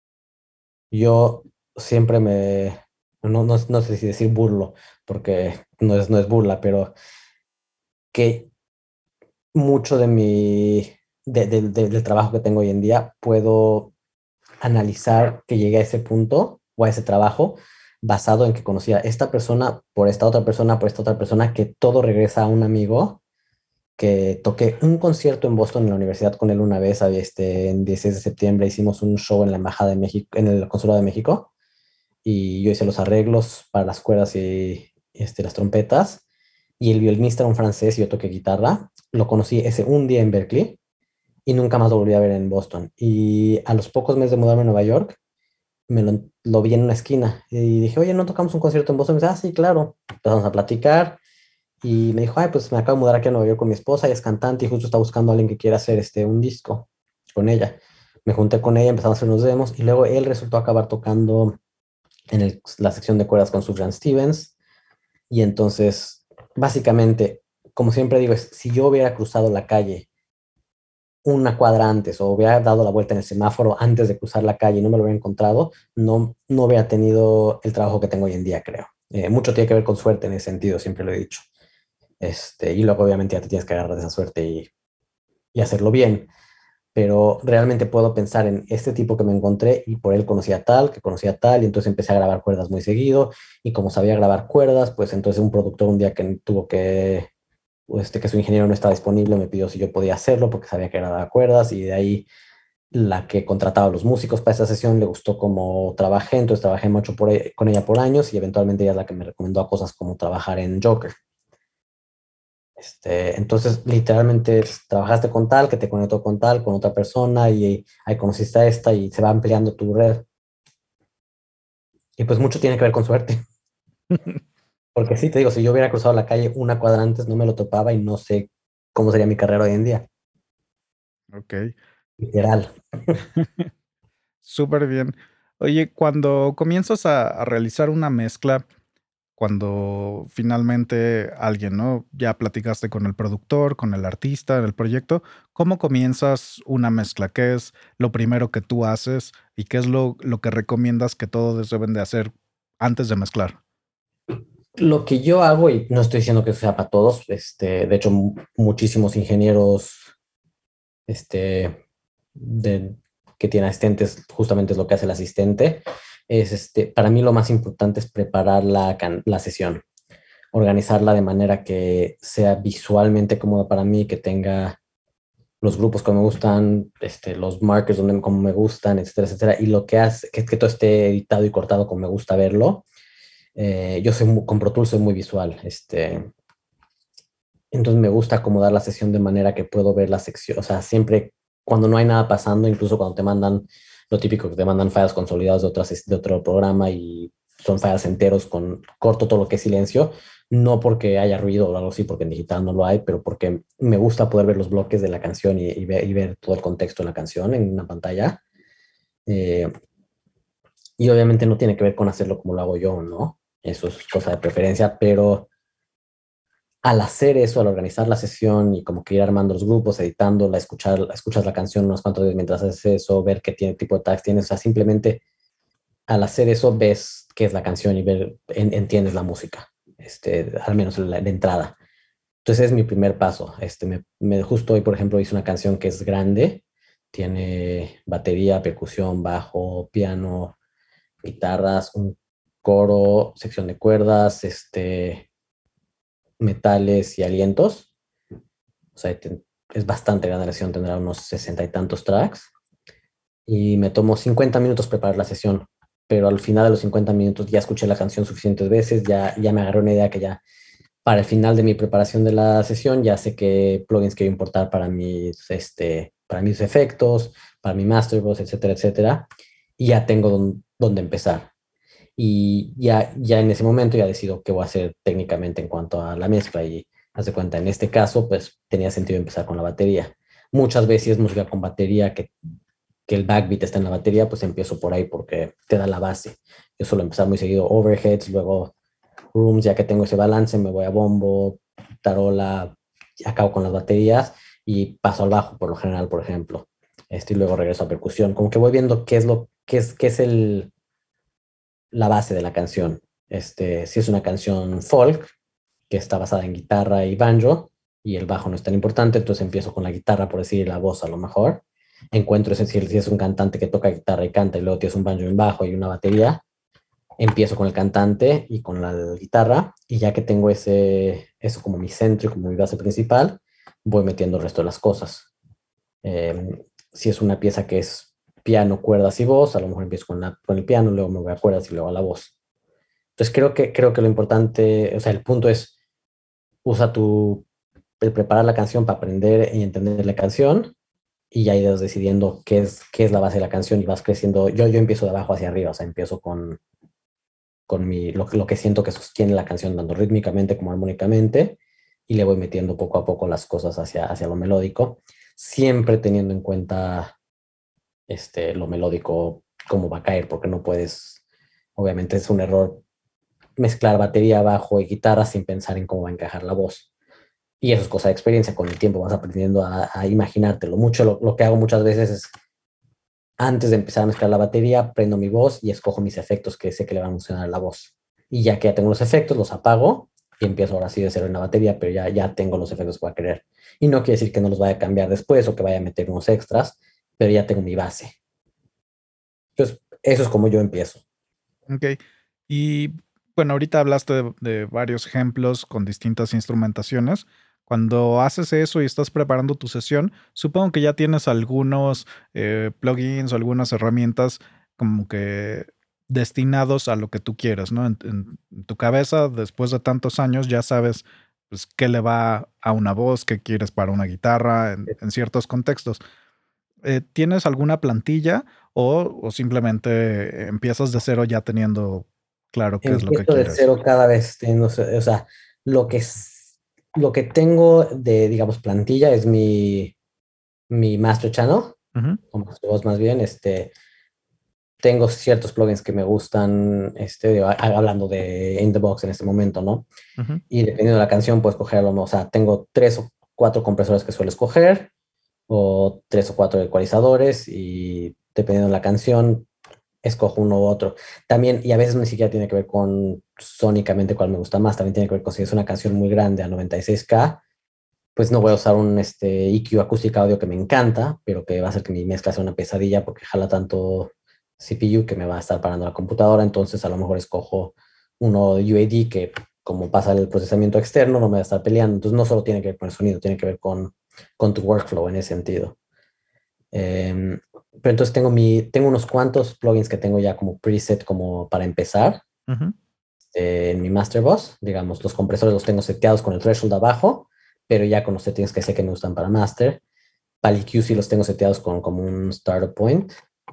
Yo siempre me, no, no, no sé si decir burlo, porque no es, no es burla, pero que mucho de mi, de- de- de- del trabajo que tengo hoy en día, puedo analizar que llegué a ese punto o a ese trabajo basado en que conocía a esta persona por esta otra persona, por esta otra persona, que todo regresa a un amigo que toqué un concierto en Boston en la universidad con él una vez, este, en dieciséis de septiembre hicimos un show en la Embajada de México, en el Consulado de México, y yo hice los arreglos para las cuerdas y este, las trompetas, y el violinista era un francés y yo toqué guitarra. Lo conocí ese un día en Berkeley y nunca más lo volví a ver en Boston. Y a los pocos meses de mudarme a Nueva York, me lo, lo vi en una esquina y dije, oye, ¿no tocamos un concierto en Boston? Y me dice, ah, sí, claro. Empezamos a platicar y me dijo, ay, pues me acabo de mudar aquí a Nueva York con mi esposa, ella es cantante y justo está buscando a alguien que quiera hacer este, un disco con ella. Me junté con ella, empezamos a hacer unos demos y luego él resultó acabar tocando en el- la sección de cuerdas con Sufjan Stevens. Y entonces, básicamente, como siempre digo, es, si yo hubiera cruzado la calle una cuadra antes o hubiera dado la vuelta en el semáforo antes de cruzar la calle y no me lo hubiera encontrado, no, no hubiera tenido el trabajo que tengo hoy en día, creo. Eh, mucho tiene que ver con suerte en ese sentido, siempre lo he dicho. Este, y luego obviamente ya te tienes que agarrar de esa suerte y, y hacerlo bien. Pero realmente puedo pensar en este tipo que me encontré y por él conocía tal, que conocía tal, y entonces empecé a grabar cuerdas muy seguido, y como sabía grabar cuerdas, pues entonces un productor un día que tuvo que, este, que su ingeniero no estaba disponible, me pidió si yo podía hacerlo porque sabía que grababa cuerdas, y de ahí la que contrataba a los músicos para esa sesión le gustó cómo trabajé, entonces trabajé mucho por, e- con ella por años, y eventualmente ella es la que me recomendó a cosas como trabajar en Joker. Este, entonces, literalmente es, trabajaste con tal, que te conectó con tal, con otra persona, y ahí conociste a esta y se va ampliando tu red. Y pues mucho tiene que ver con suerte. Porque sí, te digo, si yo hubiera cruzado la calle una cuadra antes, no me lo topaba y no sé cómo sería mi carrera hoy en día. Ok. Literal. Súper bien. Oye, cuando comienzas a, a realizar una mezcla, cuando finalmente alguien, ¿no? Ya platicaste con el productor, con el artista en el proyecto, ¿cómo comienzas una mezcla? ¿Qué es lo primero que tú haces y qué es lo, lo que recomiendas que todos deben de hacer antes de mezclar? Lo que yo hago, y no estoy diciendo que eso sea para todos, este, de hecho, mu- muchísimos ingenieros este, de, que tienen asistentes, justamente es lo que hace el asistente, es este, para mí lo más importante es preparar la, can- la sesión, organizarla de manera que sea visualmente cómoda para mí, que tenga los grupos como me gustan, este, los markers donde como me gustan, etcétera, etcétera, y lo que hace que, que todo esté editado y cortado como me gusta verlo. Eh, yo soy muy, con Pro Tools soy muy visual, este, entonces me gusta acomodar la sesión de manera que puedo ver la sección, o sea, siempre cuando no hay nada pasando, incluso cuando te mandan lo típico que te mandan files consolidados de, otras, de otro programa y son files enteros con corto todo lo que es silencio, no porque haya ruido o algo así, porque en digital no lo hay, pero porque me gusta poder ver los bloques de la canción y, y, ver, y ver, todo el contexto de la canción en una pantalla. Eh, y obviamente no tiene que ver con hacerlo como lo hago yo, ¿no? Eso es cosa de preferencia, pero al hacer eso, al organizar la sesión y como que ir armando los grupos, editándola, escuchar, escuchas la canción unos cuantos días mientras haces eso, ver qué tiene, tipo de tags tienes, o sea, simplemente al hacer eso ves qué es la canción y ver, en, entiendes la música, este, al menos la, la entrada. Entonces es mi primer paso. Este, me, me, justo hoy, por ejemplo, hice una canción que es grande, tiene batería, percusión, bajo, piano, guitarras, un coro, sección de cuerdas, este, metales y alientos. O sea, te- es bastante grande la sesión, tendrá unos sesenta y tantos tracks. Y me tomó cincuenta minutos preparar la sesión, pero al final de los cincuenta minutos ya escuché la canción suficientes veces, ya, ya me agarré una idea que ya para el final de mi preparación de la sesión ya sé qué plugins quiero importar para mis, este, para mis efectos, para mi master voz, etcétera, etcétera. Y ya tengo don- dónde empezar. Y ya, ya en ese momento ya decido qué voy a hacer técnicamente en cuanto a la mezcla y haz de cuenta, en este caso pues tenía sentido empezar con la batería. Muchas veces música con batería que, que el backbeat está en la batería, pues empiezo por ahí porque te da la base. Yo suelo empezar muy seguido overheads, luego rooms, ya que tengo ese balance, me voy a bombo, tarola, acabo con las baterías y paso al bajo por lo general, por ejemplo. Este, y luego regreso a percusión. Como que voy viendo qué es lo qué es, qué es el, la base de la canción. Este, si es una canción folk, que está basada en guitarra y banjo, y el bajo no es tan importante, entonces empiezo con la guitarra, por decir, la voz a lo mejor. Encuentro ese, si es un cantante que toca guitarra y canta, y luego tienes un banjo en bajo y una batería, empiezo con el cantante y con la guitarra, y ya que tengo ese, eso como mi centro y como mi base principal, voy metiendo el resto de las cosas. Eh, si es una pieza que es piano, cuerdas y voz, a lo mejor empiezo con, la, con el piano, luego me voy a cuerdas y luego a la voz. Entonces creo que, creo que lo importante, o sea, el punto es, usa tu, el preparar la canción para aprender y entender la canción y ya irás decidiendo qué es, qué es la base de la canción y vas creciendo. Yo, yo empiezo de abajo hacia arriba, o sea, empiezo con, con mi, lo, lo que siento que sostiene la canción, tanto rítmicamente como armónicamente, y le voy metiendo poco a poco las cosas hacia, hacia lo melódico, siempre teniendo en cuenta este, lo melódico, cómo va a caer, porque no puedes, obviamente es un error mezclar batería, bajo y guitarra sin pensar en cómo va a encajar la voz. Y eso es cosa de experiencia, con el tiempo vas aprendiendo a, a imaginártelo. Mucho lo, lo, que hago muchas veces es, antes de empezar a mezclar la batería, prendo mi voz y escojo mis efectos que sé que le van a funcionar a la voz. Y ya que ya tengo los efectos, los apago y empiezo ahora sí de cero en la batería, pero ya, ya tengo los efectos que voy a querer. Y no quiere decir que no los vaya a cambiar después o que vaya a meter unos extras, pero ya tengo mi base. Entonces, eso es como yo empiezo. Ok. Y bueno, ahorita hablaste de, de varios ejemplos con distintas instrumentaciones. Cuando haces eso y estás preparando tu sesión, supongo que ya tienes algunos eh, plugins o algunas herramientas como que destinados a lo que tú quieres, ¿no? En, en tu cabeza, después de tantos años, ya sabes pues, qué le va a una voz, qué quieres para una guitarra, en, en ciertos contextos. Eh, ¿tienes alguna plantilla o, o simplemente empiezas de cero ya teniendo claro qué es lo que Empiezo de quieres? cero cada vez, tengo, o sea, lo que, es, lo que tengo de, digamos, plantilla es mi, mi master channel, Ujú. o master voz más bien, este, tengo ciertos plugins que me gustan, este, a- hablando de In the Box en este momento, ¿no? Ujú. Y dependiendo de la canción, puedes cogerlo, ¿no? O sea, tengo tres o cuatro compresores que suelo escoger, o tres o cuatro ecualizadores, y dependiendo de la canción, escojo uno u otro. También, y a veces ni siquiera tiene que ver con sónicamente cuál me gusta más, también tiene que ver con si es una canción muy grande a noventa y seis K, pues no voy a usar un este, E Q acústica audio que me encanta, pero que va a hacer que mi mezcla sea una pesadilla porque jala tanto C P U que me va a estar parando la computadora. Entonces a lo mejor escojo uno U A D que, como pasa el procesamiento externo, no me va a estar peleando. Entonces no solo tiene que ver con el sonido, tiene que ver con, con tu workflow en ese sentido. Eh, pero entonces tengo, mi, tengo unos cuantos plugins que tengo ya como preset como para empezar Ujú. eh, en mi Master Boss. Digamos, los compresores los tengo seteados con el threshold abajo, pero ya con los settings que sé que me gustan para Master. Para el E Q sí los tengo seteados con como un startup point.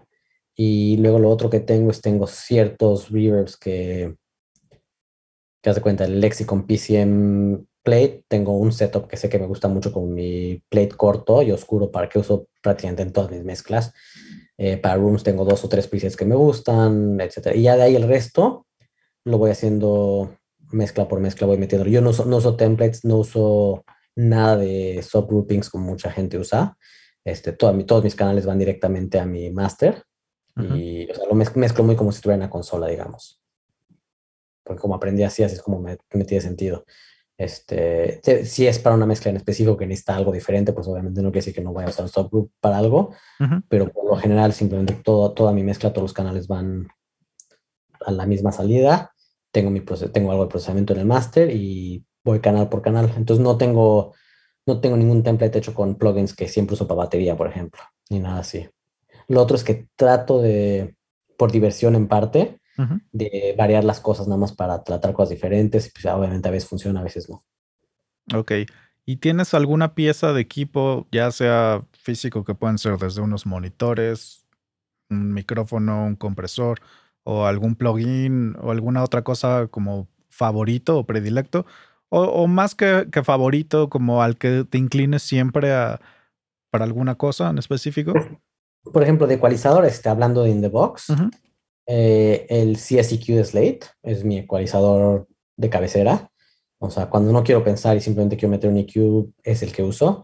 Y luego lo otro que tengo es tengo ciertos reverbs que, que haz de cuenta, el Lexicon P C M Plate, tengo un setup que sé que me gusta mucho con mi plate corto y oscuro para que uso prácticamente en todas mis mezclas. Eh, para rooms tengo dos o tres presets que me gustan, etcétera. Y ya de ahí el resto lo voy haciendo mezcla por mezcla, voy metiendo. Yo no uso, no uso templates, no uso nada de subgroupings como mucha gente usa. Este, toda mi- todos mis canales van directamente a mi master Ujú. y, o sea, lo mez- mezclo muy como si estuviera en una consola, digamos. Porque como aprendí así, así es como me, me tiene sentido. Este, te- si es para una mezcla en específico que necesita algo diferente, pues obviamente no quiere decir que no vaya a usar un subgroup para algo, Ujú. pero por lo general simplemente todo, toda mi mezcla, todos los canales van a la misma salida. Tengo, mi tengo algo de procesamiento en el máster y voy canal por canal. Entonces no tengo, no tengo ningún template hecho con plugins que siempre uso para batería, por ejemplo, ni nada así. Lo otro es que trato de, por diversión en parte, Ujú. de variar las cosas nada más para tratar cosas diferentes. Y pues, obviamente a veces funciona, a veces no. Ok. ¿Y tienes alguna pieza de equipo, ya sea físico, que pueden ser desde unos monitores, un micrófono, un compresor, o algún plugin, o alguna otra cosa como favorito o predilecto? O, o más que, que favorito, como al que te inclines siempre a, para alguna cosa en específico. Por ejemplo, de ecualizador, este, hablando de In the Box, Ujú. eh, el C S E Q de Slate es mi ecualizador de cabecera. O sea, cuando no quiero pensar y simplemente quiero meter un E Q, es el que uso.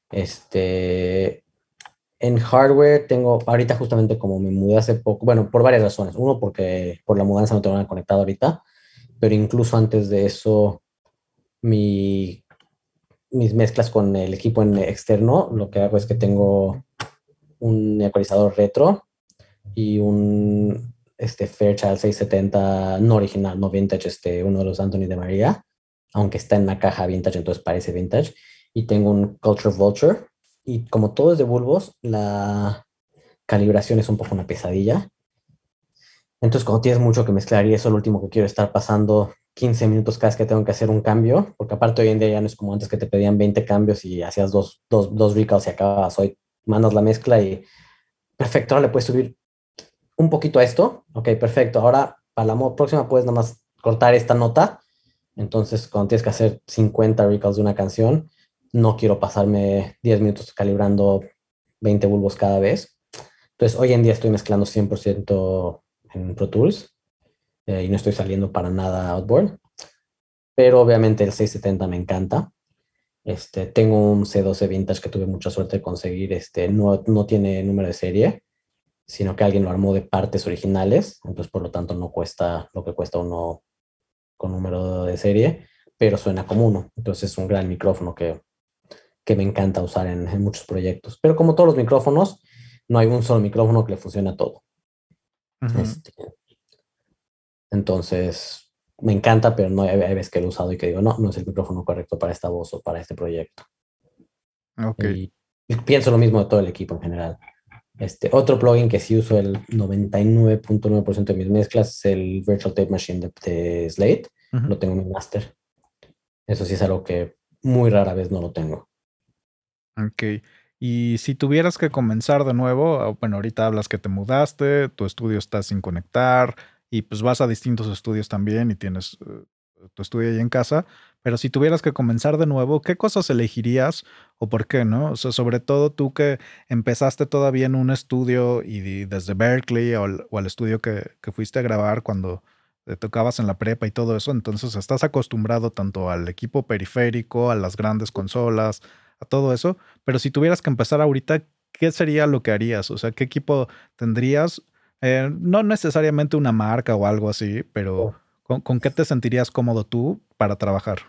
Este, en hardware tengo, ahorita justamente como me mudé hace poco, bueno, por varias razones. Uno, porque por la mudanza no tengo nada conectado ahorita, pero incluso antes de eso, mi, mis mezclas con el equipo en externo, lo que hago es que tengo un ecualizador retro y un este, Fairchild seiscientos setenta, no original, no vintage, este, uno de los Anthony de María, aunque está en una caja vintage, entonces parece vintage. Y tengo un Culture Vulture. Y como todo es de bulbos, la calibración es un poco una pesadilla. Entonces, cuando tienes mucho que mezclar y eso, lo último que quiero es estar pasando quince minutos cada vez que tengo que hacer un cambio, porque aparte hoy en día ya no es como antes que te pedían veinte cambios y hacías dos, dos, dos recalls y acabas. Hoy mandas la mezcla y perfecto, ahora le puedes subir un poquito a esto. Ok, perfecto. Ahora para la próxima puedes nada más cortar esta nota. Entonces, cuando tienes que hacer cincuenta recalls de una canción, no quiero pasarme diez minutos calibrando veinte bulbos cada vez. Entonces, hoy en día estoy mezclando cien por ciento en Pro Tools eh, y no estoy saliendo para nada outboard. Pero obviamente el seiscientos setenta me encanta. Este, tengo un C doce Vintage que tuve mucha suerte de conseguir. Este, no, no tiene número de serie, sino que alguien lo armó de partes originales, entonces por lo tanto no cuesta lo que cuesta uno con número de serie, pero suena como uno. Entonces es un gran micrófono que, que me encanta usar en, en muchos proyectos. Pero como todos los micrófonos, no hay un solo micrófono que le funcione a todo. Ujú. Este, entonces me encanta, pero no hay, hay veces que lo he usado y que digo, no, no es el micrófono correcto para esta voz o para este proyecto. Ok. Y, y pienso lo mismo de todo el equipo en general. Este, otro plugin que sí uso el noventa y nueve punto nueve por ciento de mis mezclas es el Virtual Tape Machine de, de Slate. Ujú. Lo tengo en mi master. Eso sí es algo que muy rara vez no lo tengo. Ok. Y si tuvieras que comenzar de nuevo, ah, bueno, ahorita hablas que te mudaste, tu estudio está sin conectar y pues vas a distintos estudios también y tienes eh, tu estudio ahí en casa, pero si tuvieras que comenzar de nuevo, ¿qué cosas elegirías o por qué, no? O sea, sobre todo tú que empezaste todavía en un estudio y di- desde Berkeley o, al o al estudio que, que fuiste a grabar cuando te tocabas en la prepa y todo eso, entonces estás acostumbrado tanto al equipo periférico, a las grandes consolas, a todo eso, pero si tuvieras que empezar ahorita, ¿qué sería lo que harías? O sea, ¿qué equipo tendrías? Eh, no necesariamente una marca o algo así, pero ¿con, con qué te sentirías cómodo tú para trabajar?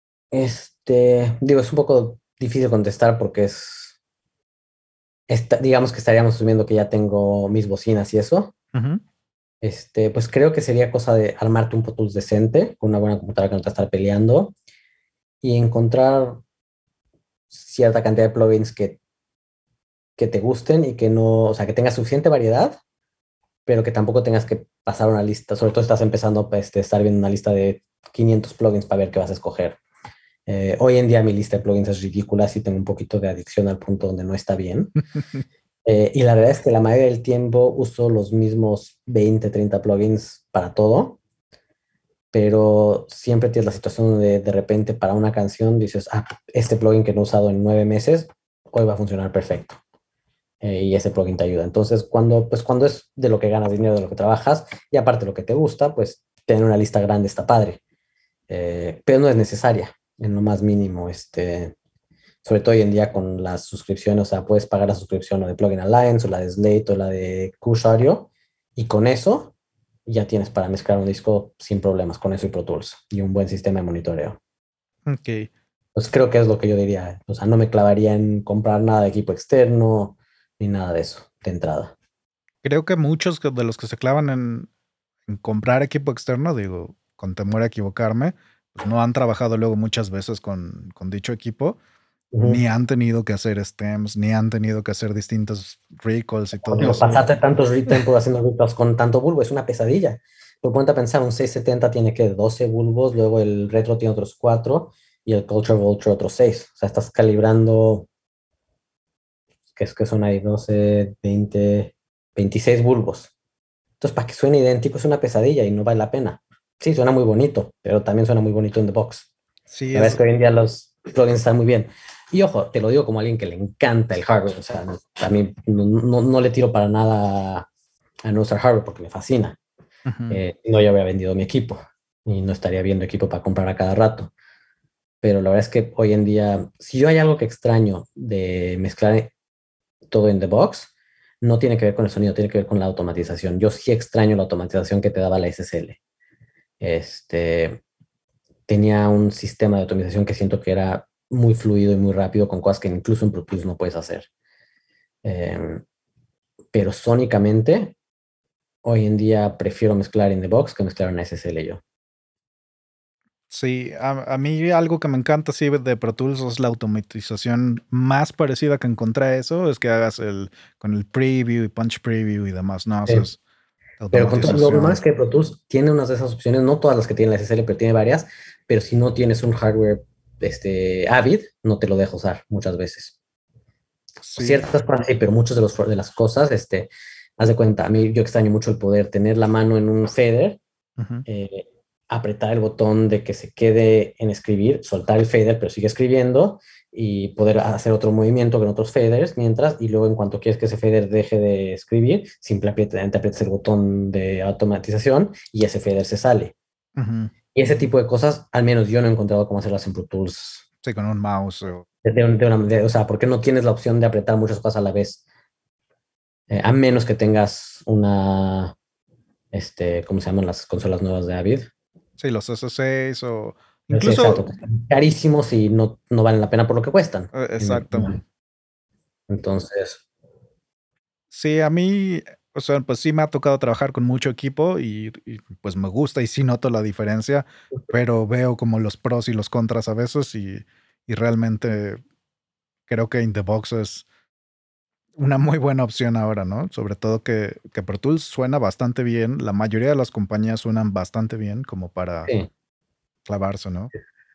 Este, digo, es un poco difícil contestar porque es, esta- digamos que estaríamos asumiendo que ya tengo mis bocinas y eso. Ujú. Este, pues creo que sería cosa de armarte un Pro Tools decente, con una buena computadora que no te va a estar peleando, y encontrar cierta cantidad de plugins que, que te gusten y que no, o sea, que tengas suficiente variedad, pero que tampoco tengas que pasar una lista, sobre todo si estás empezando a este, estar viendo una lista de quinientos plugins para ver qué vas a escoger. Eh, hoy en día mi lista de plugins es ridícula, sí tengo un poquito de adicción al punto donde no está bien. Eh, y la verdad es que la mayoría del tiempo uso los mismos veinte treinta plugins para todo, pero siempre tienes la situación donde de repente para una canción dices, ah, este plugin que no he usado en nueve meses, hoy va a funcionar perfecto. Eh, y ese plugin te ayuda. Entonces, cuando, pues, cuando es de lo que ganas dinero, de lo que trabajas, y aparte lo que te gusta, pues tener una lista grande está padre. Eh, pero no es necesaria, en lo más mínimo. Este, sobre todo hoy en día con las suscripciones, o sea, puedes pagar la suscripción o de Plugin Alliance o la de Slate o la de Qsario, y con eso ya tienes para mezclar un disco sin problemas, con eso y Pro Tools y un buen sistema de monitoreo. Ok. Pues creo que es lo que yo diría. O sea, no me clavaría en comprar nada de equipo externo ni nada de eso de entrada. Creo que muchos que- de los que se clavan en, en comprar equipo externo, digo, con temor a equivocarme, pues no han trabajado luego muchas veces con, con dicho equipo, Ujú. ni han tenido que hacer stems, ni han tenido que hacer distintos recalls y todo Digo, eso. pasarte tantos retempos haciendo recaps con tanto bulbo es una pesadilla. Pero ponte a pensar, un seiscientos setenta tiene que doce bulbos, luego el retro tiene otros cuatro y el Culture Vulture otros seis. O sea, estás calibrando, que es que son ahí doce veinte veintiséis bulbos. Entonces, para que suene idéntico es una pesadilla y no vale la pena. Sí, suena muy bonito, pero también suena muy bonito en the box. Sí, La verdad es es, que hoy en día los plugins están muy bien. Y ojo, te lo digo como alguien que le encanta el hardware. O sea, a mí no, no, no le tiro para nada a no usar hardware porque me fascina. ujú. Eh, no, yo habría vendido mi equipo y no estaría viendo equipo para comprar a cada rato. Pero la verdad es que hoy en día, si yo hay algo que extraño de mezclar todo en the box, no tiene que ver con el sonido, tiene que ver con la automatización. Yo sí extraño la automatización que te daba la S S L. Este, tenía un sistema de automatización que siento que era muy fluido y muy rápido con cosas que incluso en Pro Tools no puedes hacer. Eh, pero sónicamente, hoy en día prefiero mezclar in the box que mezclar en S S L yo. Sí, a, a mí algo que me encanta sí de Pro Tools es la automatización más parecida que encontré a eso, es que hagas el con el preview y punch preview y demás, no Sí. haces Pero con todo, lo malo es automatización. que Pro Tools tiene unas de esas opciones, no todas las que tiene la S S L, pero tiene varias, pero si no tienes un hardware este, Avid, no te lo deja usar muchas veces. Sí. Ciertas cosas sí, pero muchas de, los, de las cosas, este, haz de cuenta, a mí yo extraño mucho el poder tener la mano en un fader, Ujú. eh, apretar el botón de que se quede en escribir, soltar el fader, pero sigue escribiendo y poder hacer otro movimiento con otros faders mientras, y luego en cuanto quieres que ese fader deje de escribir, simplemente aprietas el botón de automatización y ese fader se sale. Ujú. Y ese tipo de cosas, al menos yo no he encontrado cómo hacerlas en Pro Tools. Sí, con un mouse. O- De, de una, de, o sea, porque no tienes la opción de apretar muchas cosas a la vez, eh, a menos que tengas una, este, ¿cómo se llaman las consolas nuevas de Avid? sí, los S seis o Sí, exacto, incluso, que están carísimos y no, no valen la pena por lo que cuestan, eh, en mi exacto. opinión. Entonces, Sí, a mí, o sea, pues sí me ha tocado trabajar con mucho equipo y, y, pues me gusta y sí noto la diferencia, pero veo como los pros y los contras a veces y, y realmente creo que In The Box es una muy buena opción ahora, ¿no? Sobre todo que, que Pro Tools suena bastante bien, la mayoría de las compañías suenan bastante bien como para sí. clavarse, ¿no?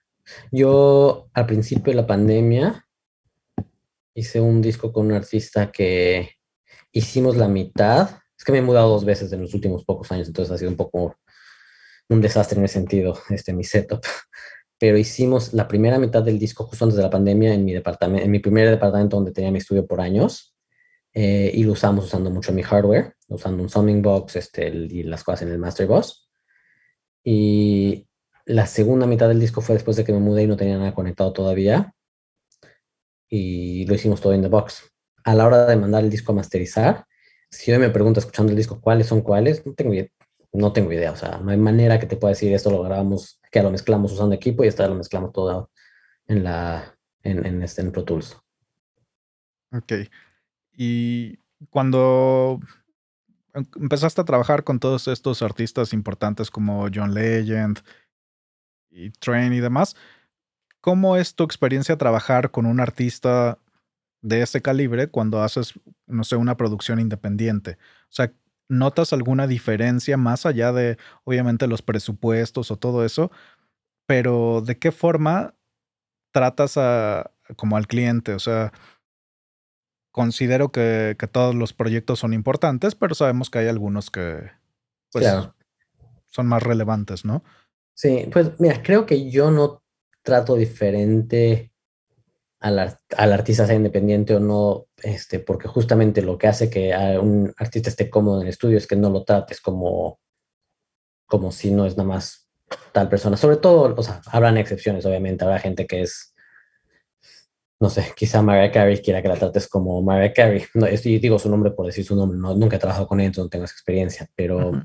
Yo al principio de la pandemia hice un disco con un artista que hicimos la mitad. Es que me he mudado dos veces en los últimos pocos años, entonces ha sido un poco un desastre en ese sentido, este, mi setup. pero hicimos la primera mitad del disco justo antes de la pandemia en mi departamento, en mi primer departamento donde tenía mi estudio por años, eh, y lo usamos usando mucho mi hardware, usando un Summing Box este, el, y las cosas en el Master Bus. Y la segunda mitad del disco fue después de que me mudé y no tenía nada conectado todavía, y lo hicimos todo in the box. A la hora de mandar el disco a masterizar, si hoy me pregunta escuchando el disco cuáles son cuáles, no tengo idea, no tengo idea, o sea, no hay manera que te pueda decir esto lo grabamos, que lo mezclamos usando equipo y esta lo mezclamos todo en la en, en, este, en Pro Tools. Ok. Y cuando em- empezaste a trabajar con todos estos artistas importantes como John Legend y Train y demás, ¿cómo es tu experiencia trabajar con un artista de ese calibre cuando haces, no sé, una producción independiente? O sea, ¿notas alguna diferencia más allá de, obviamente, los presupuestos o todo eso? Pero ¿de qué forma tratas a como al cliente? O sea, considero que que todos los proyectos son importantes, pero sabemos que hay algunos que, pues, Claro, son más relevantes, ¿no? sí, pues mira, creo que yo no trato diferente al, ar- al artista sea independiente o no, este, porque justamente lo que hace que a un artista esté cómodo en el estudio es que no lo trates como, como si no es nada más tal persona. Sobre todo, o sea, habrán excepciones, obviamente, habrá gente que es, no sé, quizá Mariah Carey quiera que la trates como Mariah Carey. No, estoy, digo su nombre por decir su nombre, no, nunca he trabajado con él, entonces no tengo esa experiencia, Ujú. pero,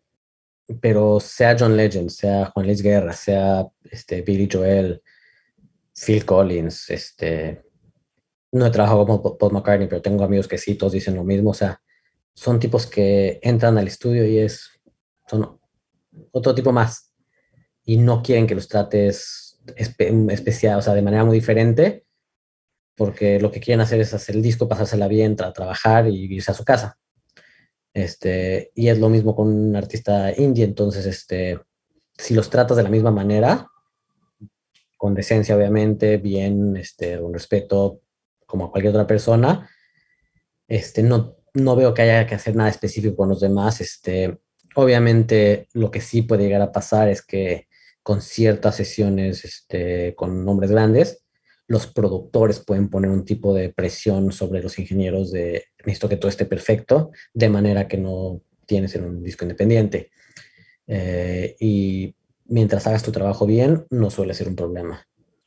pero sea John Legend, sea Juan Luis Guerra, sea este, Billy Joel, Phil Collins, este, no he trabajado con Paul McCartney, pero tengo amigos que sí, todos dicen lo mismo, o sea, son tipos que entran al estudio y es, son otro tipo más y no quieren que los trates espe especial, o sea, de manera muy diferente, porque lo que quieren hacer es hacer el disco, pasársela bien, tra trabajar y irse a su casa. Este, y es lo mismo con un artista indie, entonces, este, si los tratas de la misma manera, con decencia, obviamente, bien, este, con respeto, como a cualquier otra persona, este, no, no veo que haya que hacer nada específico con los demás. Este, obviamente, lo que sí puede llegar a pasar es que con ciertas sesiones este, con nombres grandes, los productores pueden poner un tipo de presión sobre los ingenieros de necesito que todo esté perfecto, de manera que no tienes en un disco independiente. Eh, y mientras hagas tu trabajo bien, no suele ser un problema.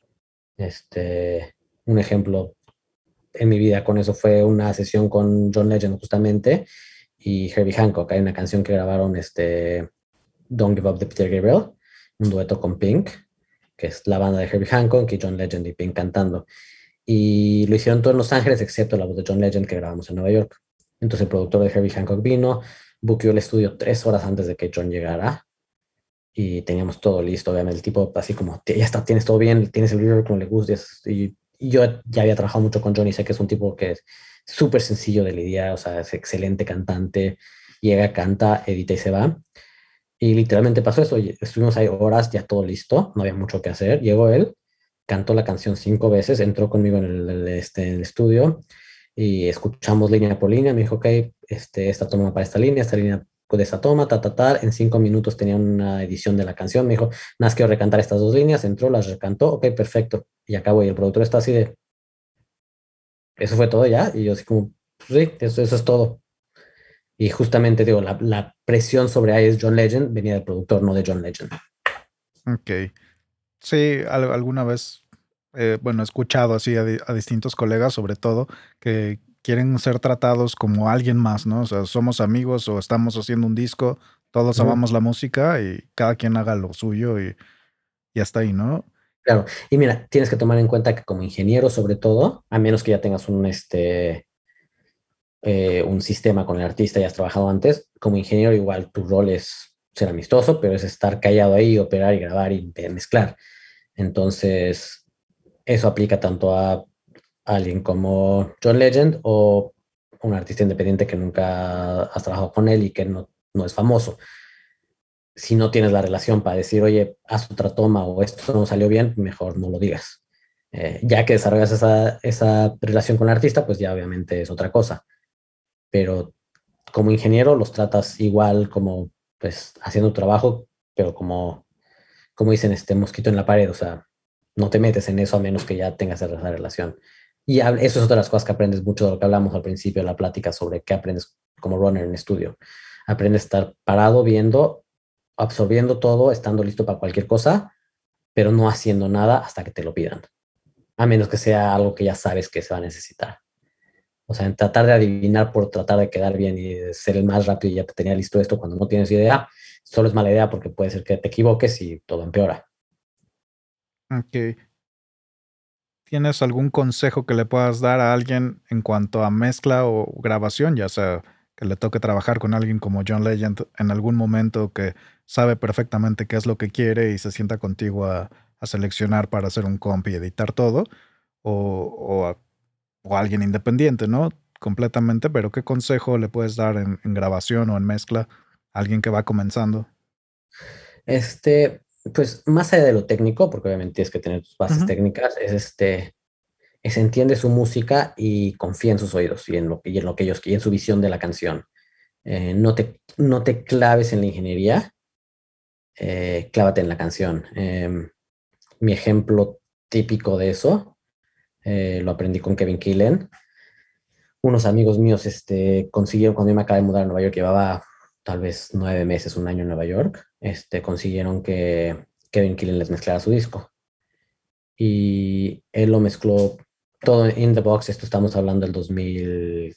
Este, un ejemplo en mi vida con eso fue una sesión con John Legend justamente y Herbie Hancock. Hay una canción que grabaron, este, Don't Give Up de Peter Gabriel, un dueto con Pink, que es la banda de Herbie Hancock y John Legend y Pink cantando. Y lo hicieron todo en Los Ángeles, excepto la voz de John Legend que grabamos en Nueva York. Entonces el productor de Herbie Hancock vino, buqueó el estudio tres horas antes de que John llegara y teníamos todo listo, obviamente, el tipo así como, ya está, tienes todo bien, tienes el reverb como le gusta, y, y yo ya había trabajado mucho con Johnny, sé que es un tipo que es súper sencillo de lidiar, o sea, es excelente cantante, llega, canta, edita y se va, y literalmente pasó eso, y estuvimos ahí horas, ya todo listo, no había mucho que hacer, llegó él, cantó la canción cinco veces, entró conmigo en el, el, este, en el estudio, y escuchamos línea por línea, me dijo, ok, este, esta toma para esta línea, esta línea de esa toma, ta, ta, ta, en cinco minutos tenía una edición de la canción, me dijo, nada más quiero recantar estas dos líneas, entró, las recantó, ok, perfecto, y acabó, y el productor está así de, eso fue todo ya, y yo así como, pues sí, eso, eso es todo. Y justamente digo, la, la presión sobre I es John Legend venía del productor, no de John Legend. Okey. Sí, al alguna vez, eh, bueno, he escuchado así a di a distintos colegas, sobre todo, que quieren ser tratados como alguien más, ¿no? O sea, somos amigos o estamos haciendo un disco, todos Ujú. amamos la música y cada quien haga lo suyo y y hasta ahí, ¿no? Claro, y mira, tienes que tomar en cuenta que como ingeniero, sobre todo, a menos que ya tengas un, este, eh, un sistema con el artista y has trabajado antes, como ingeniero igual tu rol es ser amistoso, pero es estar callado ahí, operar y grabar y mezclar. Entonces, eso aplica tanto a alguien como John Legend o un artista independiente que nunca has trabajado con él y que no, no es famoso. Si no tienes la relación para decir, oye, haz otra toma o esto no salió bien, mejor no lo digas. Eh, ya que desarrollas esa, esa relación con el artista, pues ya obviamente es otra cosa. Pero como ingeniero los tratas igual como pues haciendo trabajo, pero como como dicen, este mosquito en la pared, o sea, no te metes en eso a menos que ya tengas esa relación. Y eso es otra de las cosas que aprendes mucho de lo que hablamos al principio de la plática sobre qué aprendes como runner en estudio. Aprendes a estar parado, viendo, absorbiendo todo, estando listo para cualquier cosa, pero no haciendo nada hasta que te lo pidan, a menos que sea algo que ya sabes que se va a necesitar. O sea, en tratar de adivinar por tratar de quedar bien y de ser el más rápido y ya te tenía listo esto cuando no tienes idea, solo es mala idea porque puede ser que te equivoques y todo empeora. Ok. ¿Tienes algún consejo que le puedas dar a alguien en cuanto a mezcla o grabación? Ya sea que le toque trabajar con alguien como John Legend en algún momento que sabe perfectamente qué es lo que quiere y se sienta contigo a, a seleccionar para hacer un comp y editar todo, o, o, a- o alguien independiente, ¿no? Completamente, pero ¿qué consejo le puedes dar en, en grabación o en mezcla a alguien que va comenzando? Este, pues más allá de lo técnico, porque obviamente tienes que tener tus bases Ujú. técnicas, es este, es entiende su música y confía en sus oídos y en lo que, y en lo que ellos, y en su visión de la canción. Eh, no te, no te claves en la ingeniería, eh, clávate en la canción. Eh, mi ejemplo típico de eso, eh, lo aprendí con Kevin Killen. Unos amigos míos este, consiguieron, cuando yo me acabé de mudar a Nueva York, llevaba tal vez nueve meses, un año en Nueva York, este, consiguieron que Kevin Killen les mezclara su disco. Y él lo mezcló todo in the box. Esto estamos hablando del dos mil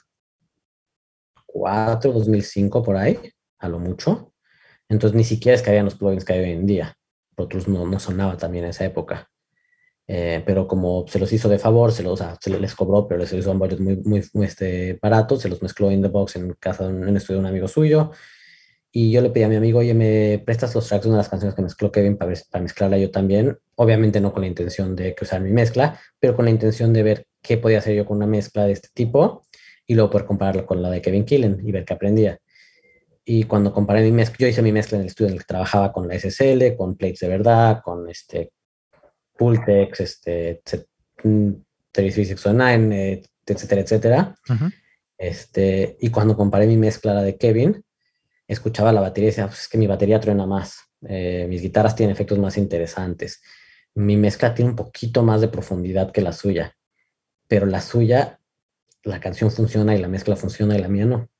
cuatro, dos mil cinco, por ahí, a lo mucho. Entonces ni siquiera es que habían los plugins que hay hoy en día. Pro Tools no, no sonaba también en esa época. Eh, pero como se los hizo de favor, se los, o sea, se les cobró, pero les hizo a varios muy, muy, muy este, baratos, se los mezcló in the box en casa, de un- en el estudio de un amigo suyo. Y yo le pedí a mi amigo, oye, ¿me prestas los tracks de una de las canciones que mezcló Kevin para, ver- para mezclarla yo también? Obviamente no con la intención de que usar mi mezcla, pero con la intención de ver qué podía hacer yo con una mezcla de este tipo y luego poder compararla con la de Kevin Killen y ver qué aprendía. Y cuando comparé mi mezcla, yo hice mi mezcla en el estudio en el que trabajaba con la S S L, con plates de verdad, con este Pultex, este, set- mm, treinta y tres sesenta y nueve, eh, etcétera, etcétera. Ujú. Este, y cuando comparé mi mezcla a la de Kevin, escuchaba la batería y decía, pues es que mi batería truena más, eh, mis guitarras tienen efectos más interesantes, mi mezcla tiene un poquito más de profundidad que la suya, pero la suya, la canción funciona y la mezcla funciona y la mía no.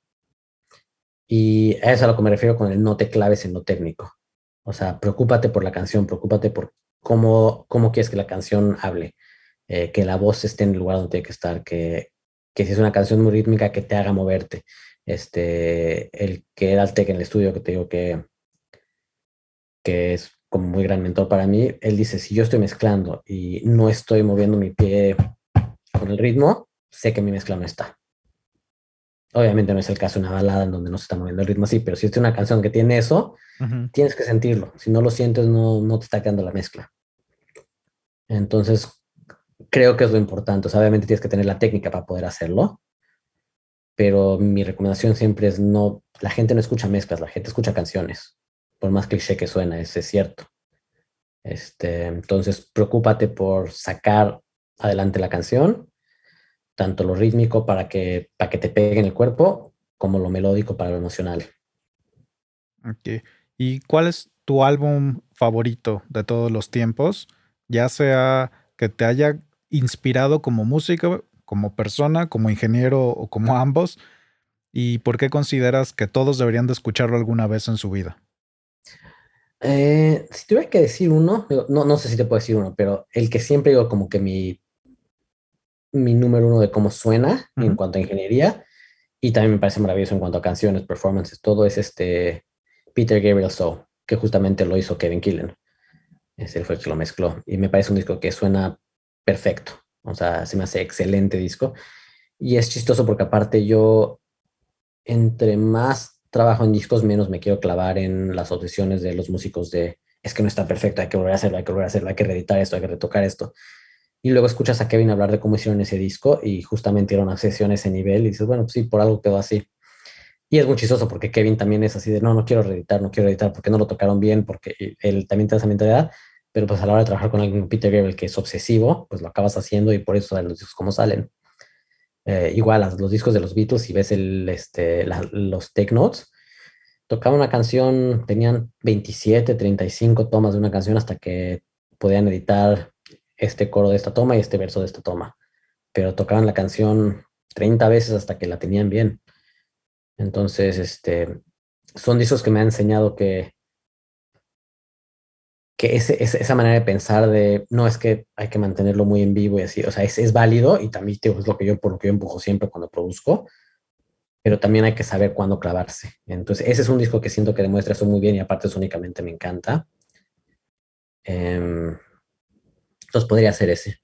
Y a eso es a lo que me refiero con el no te claves en lo técnico. O sea, preocúpate por la canción, preocúpate por cómo, cómo quieres que la canción hable, eh, que la voz esté en el lugar donde tiene que estar, que, que si es una canción muy rítmica, que te haga moverte. Este, el que era el tech en el estudio, que te digo que, que es como muy gran mentor para mí, él dice, si yo estoy mezclando y no estoy moviendo mi pie con el ritmo, sé que mi mezcla no está. Obviamente no es el caso de una balada en donde no se está moviendo el ritmo así, pero si es una canción que tiene eso, Ujú. tienes que sentirlo. Si no lo sientes, no, no te está quedando la mezcla. Entonces, creo que es lo importante. O sea, obviamente tienes que tener la técnica para poder hacerlo, pero mi recomendación siempre es no, la gente no escucha mezclas, la gente escucha canciones. Por más cliché que suena, eso es cierto. Este, entonces, preocúpate por sacar adelante la canción, tanto lo rítmico para que, para que te pegue en el cuerpo, como lo melódico para lo emocional. Ok. ¿Y cuál es tu álbum favorito de todos los tiempos? Ya sea que te haya inspirado como músico, como persona, como ingeniero o como ambos. ¿Y por qué consideras que todos deberían de escucharlo alguna vez en su vida? Eh, si tuviera que decir uno, digo, no, no sé si te puedo decir uno, pero el que siempre digo como que mi, mi número uno de cómo suena en Ujú. cuanto a ingeniería, y también me parece maravilloso en cuanto a canciones, performances, todo es este Peter Gabriel Soul, que justamente lo hizo Kevin Killen. Ese fue el que lo mezcló. Y me parece un disco que suena perfecto. O sea, se me hace excelente disco. Y es chistoso porque aparte yo, entre más trabajo en discos, menos me quiero clavar en las obsesiones de los músicos de, es que no está perfecto, hay que volver a hacerlo, hay que volver a hacerlo, hay que reeditar esto, hay que retocar esto. Y luego escuchas a Kevin hablar de cómo hicieron ese disco y justamente era una obsesión a ese nivel y dices, bueno, pues sí, por algo quedó así. Y es muy chistoso porque Kevin también es así de, no, no quiero reeditar, no quiero editar porque no lo tocaron bien, porque él también tiene esa mentalidad, pero pues a la hora de trabajar con alguien como Peter Gabriel que es obsesivo, pues lo acabas haciendo y por eso salen los discos como salen. Eh, igual, las- los discos de los Beatles, si ves el, este, la- los take notes, tocaba una canción, tenían veintisiete, treinta y cinco tomas de una canción hasta que podían editar este coro de esta toma y este verso de esta toma. Pero tocaban la canción treinta veces hasta que la tenían bien. Entonces, este, son discos que me han enseñado que, que ese, ese- esa manera de pensar de, no es que hay que mantenerlo muy en vivo y así, o sea, es, es válido y también tío, es lo que yo, por lo que yo empujo siempre cuando produzco, pero también hay que saber cuándo clavarse. Entonces, ese es un disco que siento que demuestra eso muy bien y aparte únicamente me encanta. Em, entonces podría ser ese.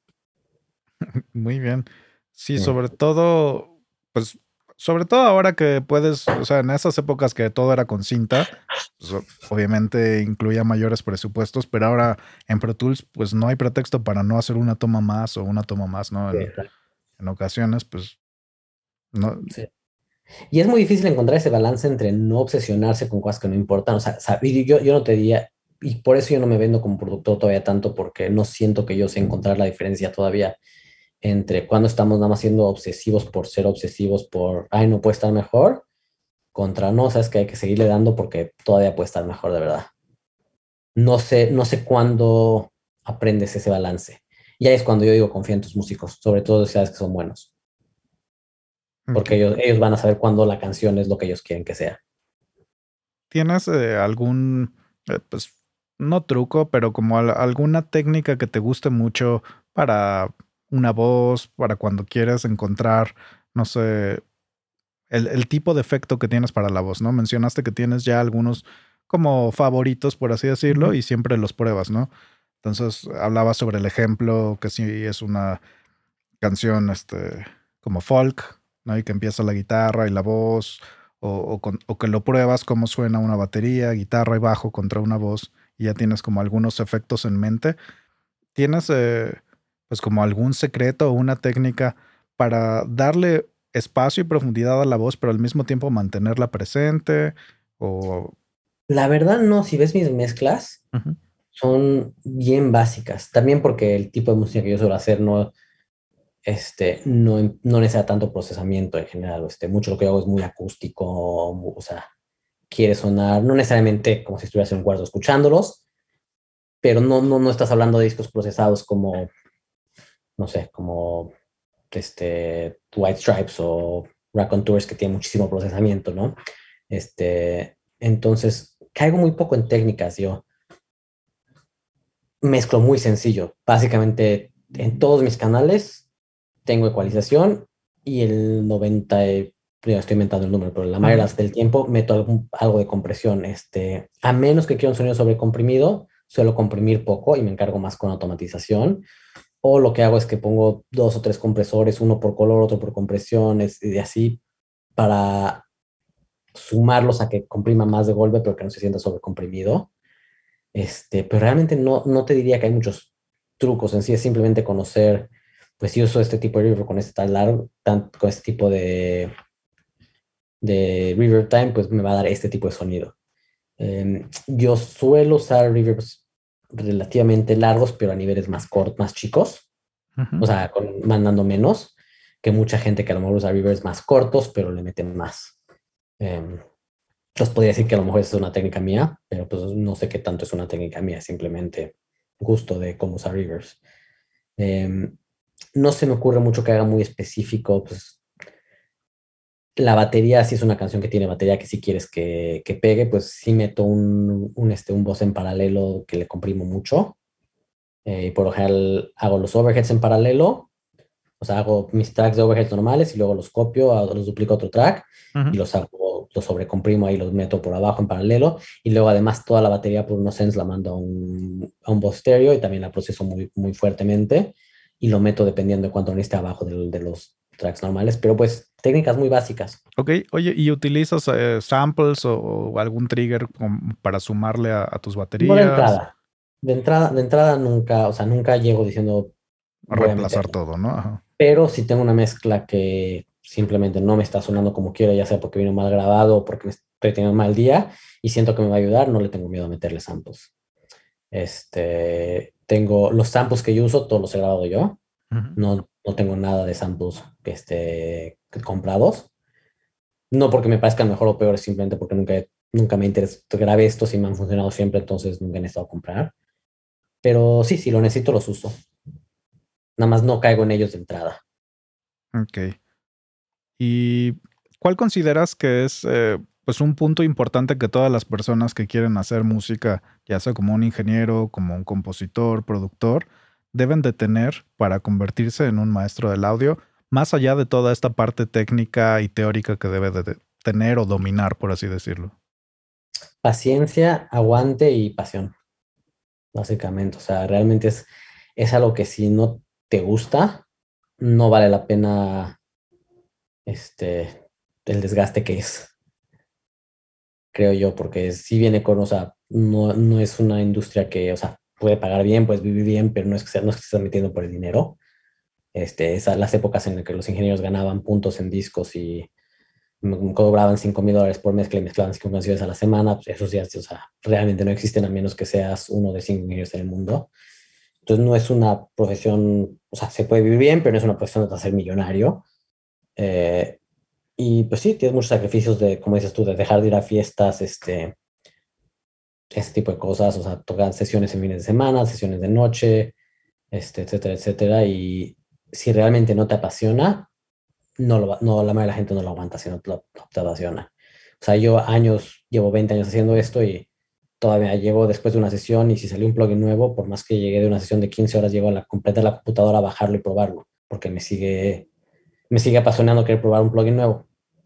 Muy bien. Sí, Sí, sobre todo, pues, sobre todo ahora que puedes, o sea, en esas épocas que todo era con cinta, pues, o- obviamente incluía mayores presupuestos, pero ahora en Pro Tools, pues no hay pretexto para no hacer una toma más o una toma más, ¿no? sí, En, en ocasiones, pues, no. sí. Y es muy difícil encontrar ese balance entre no obsesionarse con cosas que no importan. O sea, sab- y yo, yo no te diría, y por eso yo no me vendo como productor todavía tanto, porque no siento que yo sé encontrar la diferencia todavía entre cuando estamos nada más siendo obsesivos por ser obsesivos, por, ay, no puede estar mejor, contra no, sabes que hay que seguirle dando porque todavía puede estar mejor de verdad. No sé, no sé cuándo aprendes ese balance. Y ahí es cuando yo digo confía en tus músicos, sobre todo si sabes que son buenos, Ok. porque ellos, ellos van a saber cuándo la canción es lo que ellos quieren que sea. ¿Tienes eh, algún, eh, pues, no truco, pero como al- alguna técnica que te guste mucho para una voz, para cuando quieres encontrar, no sé, el, el tipo de efecto que tienes para la voz, ¿no? Mencionaste que tienes ya algunos como favoritos, por así decirlo, Ujú. y siempre los pruebas, ¿no? Entonces hablaba sobre el ejemplo que sí es una canción, este, como folk, ¿no? Y que empieza la guitarra y la voz, o, o con- o que lo pruebas cómo suena una batería, guitarra y bajo contra una voz, y ya tienes como algunos efectos en mente. ¿Tienes, eh, pues, como algún secreto o una técnica para darle espacio y profundidad a la voz, pero al mismo tiempo mantenerla presente? O La verdad, no, si ves mis mezclas, ujú, son bien básicas. También porque el tipo de música que yo suelo hacer no, este, no, no necesita tanto procesamiento en general. Este, mucho lo que hago es muy acústico, mu- o sea, quiere sonar, no necesariamente como si estuvieras en un cuarto escuchándolos, pero no, no, no estás hablando de discos procesados como, no sé, como este, White Stripes o Raconteurs que tiene muchísimo procesamiento, ¿no? Este, entonces, caigo muy poco en técnicas yo. Mezclo muy sencillo. Básicamente, en todos mis canales tengo ecualización y el noventa, y- ya estoy inventando el número, pero la ujú. mayoría del tiempo meto algún- algo de compresión. Este, a menos que quiera un sonido sobrecomprimido, suelo comprimir poco y me encargo más con automatización. O lo que hago es que pongo dos o tres compresores, uno por color, otro por compresión, es- y así para sumarlos a que comprima más de golpe, pero que no se sienta sobrecomprimido. Este, pero realmente no, no te diría que hay muchos trucos en sí, es simplemente conocer, pues si uso este tipo de reverb con este tal largo, tan- con este tipo de, de reverb time, pues me va a dar este tipo de sonido. Em, yo suelo usar reverbs relativamente largos, pero a niveles más cortos, más chicos, Ujú. o sea, con, mandando menos que mucha gente que a lo mejor usa reverbs más cortos, pero le meten más. Em, entonces podría decir que a lo mejor esa es una técnica mía, pero pues no sé qué tanto es una técnica mía, simplemente gusto de cómo usar reverbs. Em, no se me ocurre mucho que haga muy específico, pues la batería, si es una canción que tiene batería que si quieres que, que pegue, pues sí meto un, un, este, un voz en paralelo que le comprimo mucho. Eh, y por lo general hago los overheads en paralelo, o sea, hago mis tracks de overheads normales y luego los copio, a- los duplico a otro track y Ujú. los hago, los sobrecomprimo ahí, los meto por abajo en paralelo y luego además toda la batería por unos sends la mando a un, a un voz stereo y también la proceso muy, muy fuertemente y lo meto dependiendo de cuánto necesite abajo de, de los tracks normales, pero pues técnicas muy básicas. Ok, oye, ¿y utilizas eh, samples o, o algún trigger com- para sumarle a, a tus No de baterías? entrada. De entrada, de entrada nunca, o sea, nunca llego diciendo A voy a reemplazar meterlo. todo, ¿no? Ajá. Pero si tengo una mezcla que simplemente no me está sonando como quiero, ya sea porque vino mal grabado o porque me estoy teniendo un mal día y siento que me va a ayudar, no le tengo miedo a meterle samples. Este, tengo los samples que yo uso, todos los he grabado yo. Ujú. No, no tengo nada de samples que esté comprados. No porque me parezcan mejor o peor, simplemente porque nunca he nunca me interesó. Grabé estos y me han funcionado siempre, entonces nunca he necesitado comprar. Pero sí, si lo necesito, los uso. Nada más no caigo en ellos de entrada. Ok. ¿Y cuál consideras que es eh, pues un punto importante que todas las personas que quieren hacer música, ya sea como un ingeniero, como un compositor, productor, deben de tener para convertirse en un maestro del audio, más allá de toda esta parte técnica y teórica que debe de de tener o dominar, por así decirlo? Paciencia, aguante y pasión, básicamente. O sea, realmente es, es algo que si no te gusta, no vale la pena este, el desgaste que es, creo yo, porque si viene con, o sea, no, no es una industria que, o sea, puede pagar bien, puedes vivir bien, pero no es que, sea, no es que se estés metiendo por el dinero. Este, esas las épocas en las que los ingenieros ganaban puntos en discos y m- cobraban cinco mil dólares por mezcla y mezclaban cinco canciones a la semana, pues esos días, o sea, realmente no existen a menos que seas uno de cinco ingenieros en el mundo. Entonces no es una profesión, o sea, se puede vivir bien, pero no es una profesión de ser millonario. Eh, y pues sí, tienes muchos sacrificios de, como dices tú, de dejar de ir a fiestas, este, ese tipo de cosas, o sea, tocan sesiones en fines de semana, sesiones de noche, este, etcétera, etcétera. Y si realmente no te apasiona, no, lo, va- no la mayoría de la gente no lo aguanta si no te, lo- no te apasiona. O sea, yo años, llevo veinte años haciendo esto y todavía llego después de una sesión y si salió un plugin nuevo, por más que llegué de una sesión de quince horas, llego a la completa la computadora a bajarlo y probarlo, porque me sigue, me sigue apasionando querer probar un plugin nuevo.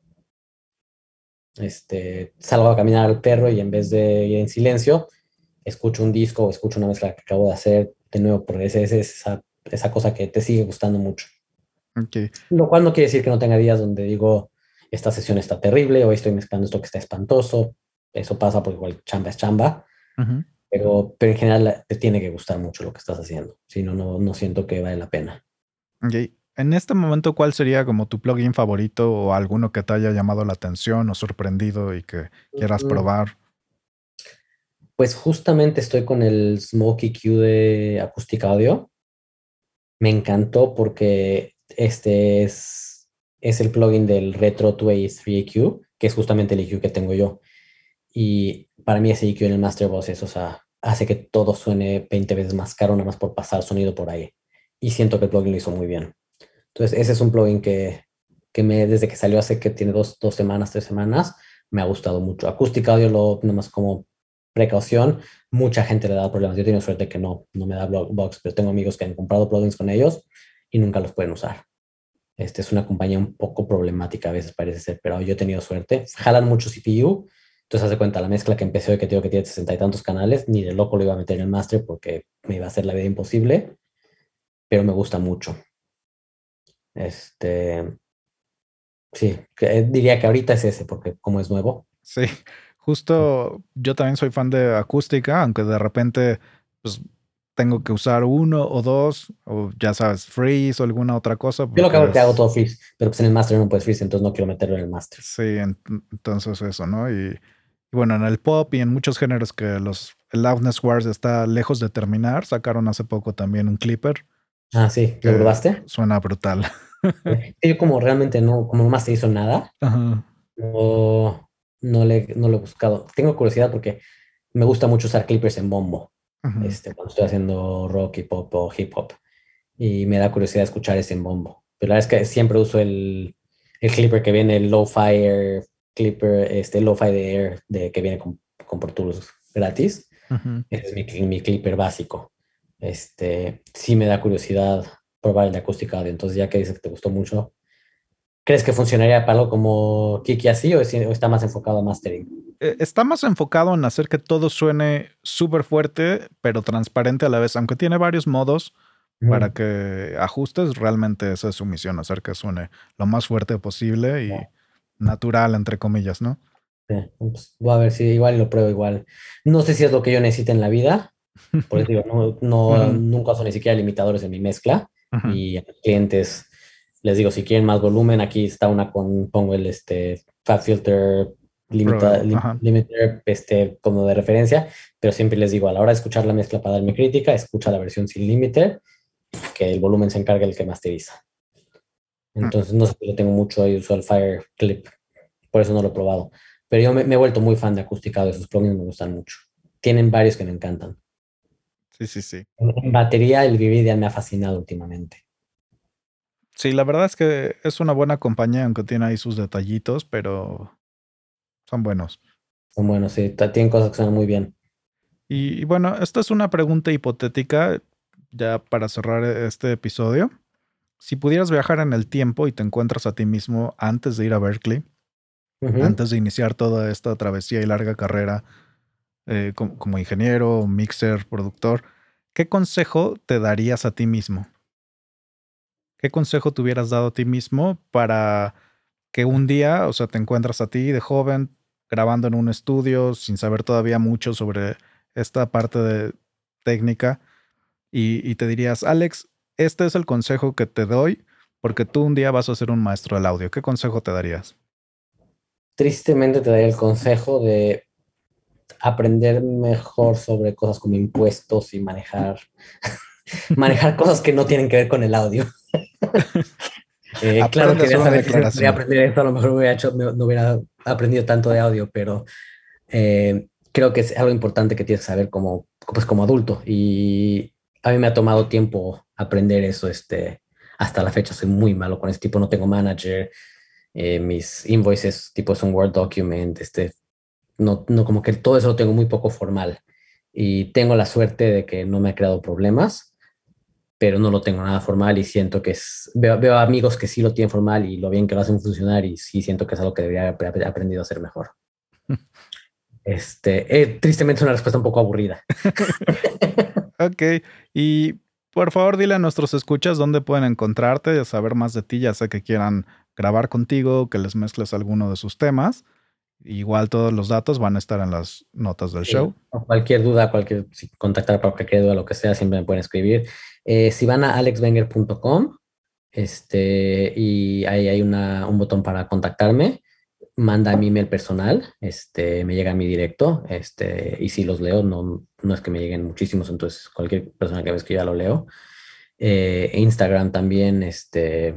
Este, salgo a caminar al perro y en vez de ir en silencio, escucho un disco o escucho una mezcla que acabo de hacer de nuevo, porque ese, ese es esa, esa cosa que te sigue gustando mucho. Ok. Lo cual no quiere decir que no tenga días donde digo, esta sesión está terrible, hoy estoy mezclando esto que está espantoso. Eso pasa porque igual chamba es chamba, Ujú. pero, pero en general te tiene que gustar mucho lo que estás haciendo. Si no, no, no siento que vale la pena. Ok. En este momento, ¿cuál sería como tu plugin favorito o alguno que te haya llamado la atención o sorprendido y que quieras Mm, probar? Pues justamente estoy con el Smokey Q de Acústica Audio. Me encantó porque este es, es el plugin del Retro dos A tres E Q, que es justamente el E Q que tengo yo. Y para mí ese E Q en el Master Boss es, o sea, hace que todo suene veinte veces más caro nada más por pasar sonido por ahí. Y siento que el plugin lo hizo muy bien. Entonces, ese es un plugin que, que me, desde que salió hace que tiene dos, dos semanas, tres semanas, me ha gustado mucho. Acústica Audio, lo, nada más como precaución, mucha gente le da problemas. Yo he tenido suerte que no, no me da box, pero tengo amigos que han comprado plugins con ellos y nunca los pueden usar. Este es una compañía un poco problemática a veces parece ser, pero yo he tenido suerte. Jalan mucho C P U, entonces haz de cuenta, la mezcla que empecé hoy que tengo que tiene sesenta y tantos canales, ni de loco lo iba a meter en el máster porque me iba a hacer la vida imposible, pero me gusta mucho. Este, sí, que, eh, diría que ahorita es ese, porque como es nuevo. Sí, justo yo también soy fan de acústica, aunque de repente pues tengo que usar uno o dos, o ya sabes, freeze o alguna otra cosa, Yo lo que hago porque es que hago es, todo freeze, pero pues en el máster no puedes freeze, entonces no quiero meterlo en el máster. sí, en- entonces eso, ¿no? Y, y bueno, en el pop y en muchos géneros que los, el Loudness Wars está lejos de terminar, sacaron hace poco también un clipper Ah, sí, ¿lo que probaste? suena brutal. Sí, yo como realmente no, como no máster hizo nada, Ajá, no, no le, no lo he buscado. Tengo curiosidad porque me gusta mucho usar clippers en bombo, ujú, este, cuando estoy haciendo rock y pop o hip hop. Y me da curiosidad escuchar ese en bombo. Pero la verdad es que siempre uso el, el clipper que viene, el Lo-Fi Air Clipper, este Lo-Fi de Air, de, que viene con, con Pro Tools gratis. ujú. Ese es mi, cl- mi clipper básico. Este, sí me da curiosidad probar el de acústica audio. Entonces, ya que dices que te gustó mucho, ¿crees que funcionaría para algo como Kiki así o, es- o está más enfocado a mastering? Eh, Está más enfocado en hacer que todo suene súper fuerte, pero transparente a la vez, aunque tiene varios modos para Ujú. que ajustes, realmente esa es su misión, hacer que suene lo más fuerte posible y natural, entre comillas, ¿no? Sí, pues, voy a ver si igual lo pruebo igual. No sé si es lo que yo necesito en la vida. Por eso digo, no, no, Ujú, nunca uso ni siquiera limitadores en mi mezcla. ujú. Y a mis clientes les digo, si quieren más volumen, aquí está una con, pongo el este, Fab Filter limita, Pro, lim- ajá. limiter este, como de referencia, pero siempre les digo, a la hora de escuchar la mezcla para darme crítica, escucha la versión sin límite, que el volumen se encarga el que masteriza. Mm, Entonces, no sé si lo tengo mucho ahí, uso el Fire Clip, por eso no lo he probado. Pero yo me, me he vuelto muy fan de Acústica, de sus plugins me gustan mucho. Tienen varios que me encantan. Sí, sí, sí. En, en batería, el Viridian me ha fascinado últimamente. Sí, la verdad es que es una buena compañía, aunque tiene ahí sus detallitos, pero son buenos. Son buenos, sí, ta- tienen cosas que suenan muy bien. Y, y bueno, esta es una pregunta hipotética, ya para cerrar este episodio. Si pudieras viajar en el tiempo y te encuentras a ti mismo antes de ir a Berkeley, Ujú. antes de iniciar toda esta travesía y larga carrera eh, como, como ingeniero, mixer, productor, ¿qué consejo te darías a ti mismo? ¿Qué consejo te hubieras dado a ti mismo para que un día, o sea, te encuentras a ti de joven grabando en un estudio sin saber todavía mucho sobre esta parte de técnica y, y te dirías, Alex, este es el consejo que te doy porque tú un día vas a ser un maestro del audio? ¿Qué consejo te darías? Tristemente te daría el consejo de aprender mejor sobre cosas como impuestos y manejar, manejar cosas que no tienen que ver con el audio. Eh, claro Aprende a que hacer ya una sabes, si yo podría declaración. aprender esto, a lo mejor hubiera hecho, no, no hubiera aprendido tanto de audio, pero eh, creo que es algo importante que tienes que saber como, pues como adulto. Y a mí me ha tomado tiempo aprender eso. Este, hasta la fecha soy muy malo con ese tipo, no tengo manager, eh, mis invoices tipo es un Word document, este, no, no, como que todo eso lo tengo muy poco formal. Y tengo la suerte de que no me ha creado problemas, pero no lo tengo nada formal y siento que es, veo, veo amigos que sí lo tienen formal y lo bien que lo hacen funcionar y sí siento que es algo que debería haber aprendido a hacer mejor. Este, eh, tristemente es una respuesta un poco aburrida. Ok, y por favor dile a nuestros escuchas dónde pueden encontrarte y saber más de ti, ya sea que quieran grabar contigo, que les mezcles alguno de sus temas. Igual todos los datos van a estar en las notas del Sí, show. o cualquier duda, cualquier, si contactar para cualquier duda, lo que sea, siempre me pueden escribir. Eh, si van a alex wenger punto com, este, y ahí hay una, un botón para contactarme, manda mi email personal, este, me llega a mi directo, este, y si los leo, no, no es que me lleguen muchísimos, entonces cualquier persona que ves que ya lo leo. Eh, Instagram también, este,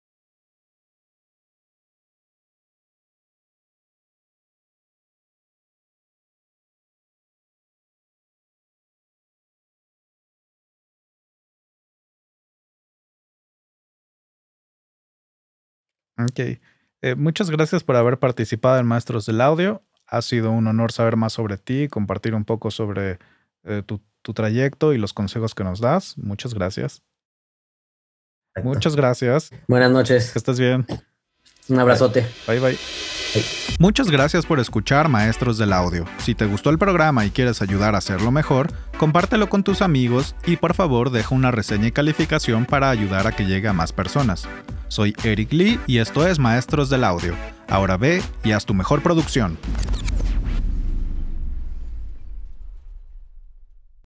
Ok. Eh, muchas gracias por haber participado en Maestros del Audio. Ha sido un honor saber más sobre ti, compartir un poco sobre eh, tu, tu trayecto y los consejos que nos das. Muchas gracias. Perfecto. Muchas gracias. Buenas Que noches, estés bien. un Bye. abrazote. Bye bye. Muchas gracias por escuchar Maestros del Audio. Si te gustó el programa y quieres ayudar a hacerlo mejor, compártelo con tus amigos y por favor deja una reseña y calificación para ayudar a que llegue a más personas. Soy Eric Lee y esto es Maestros del Audio. Ahora ve y haz tu mejor producción.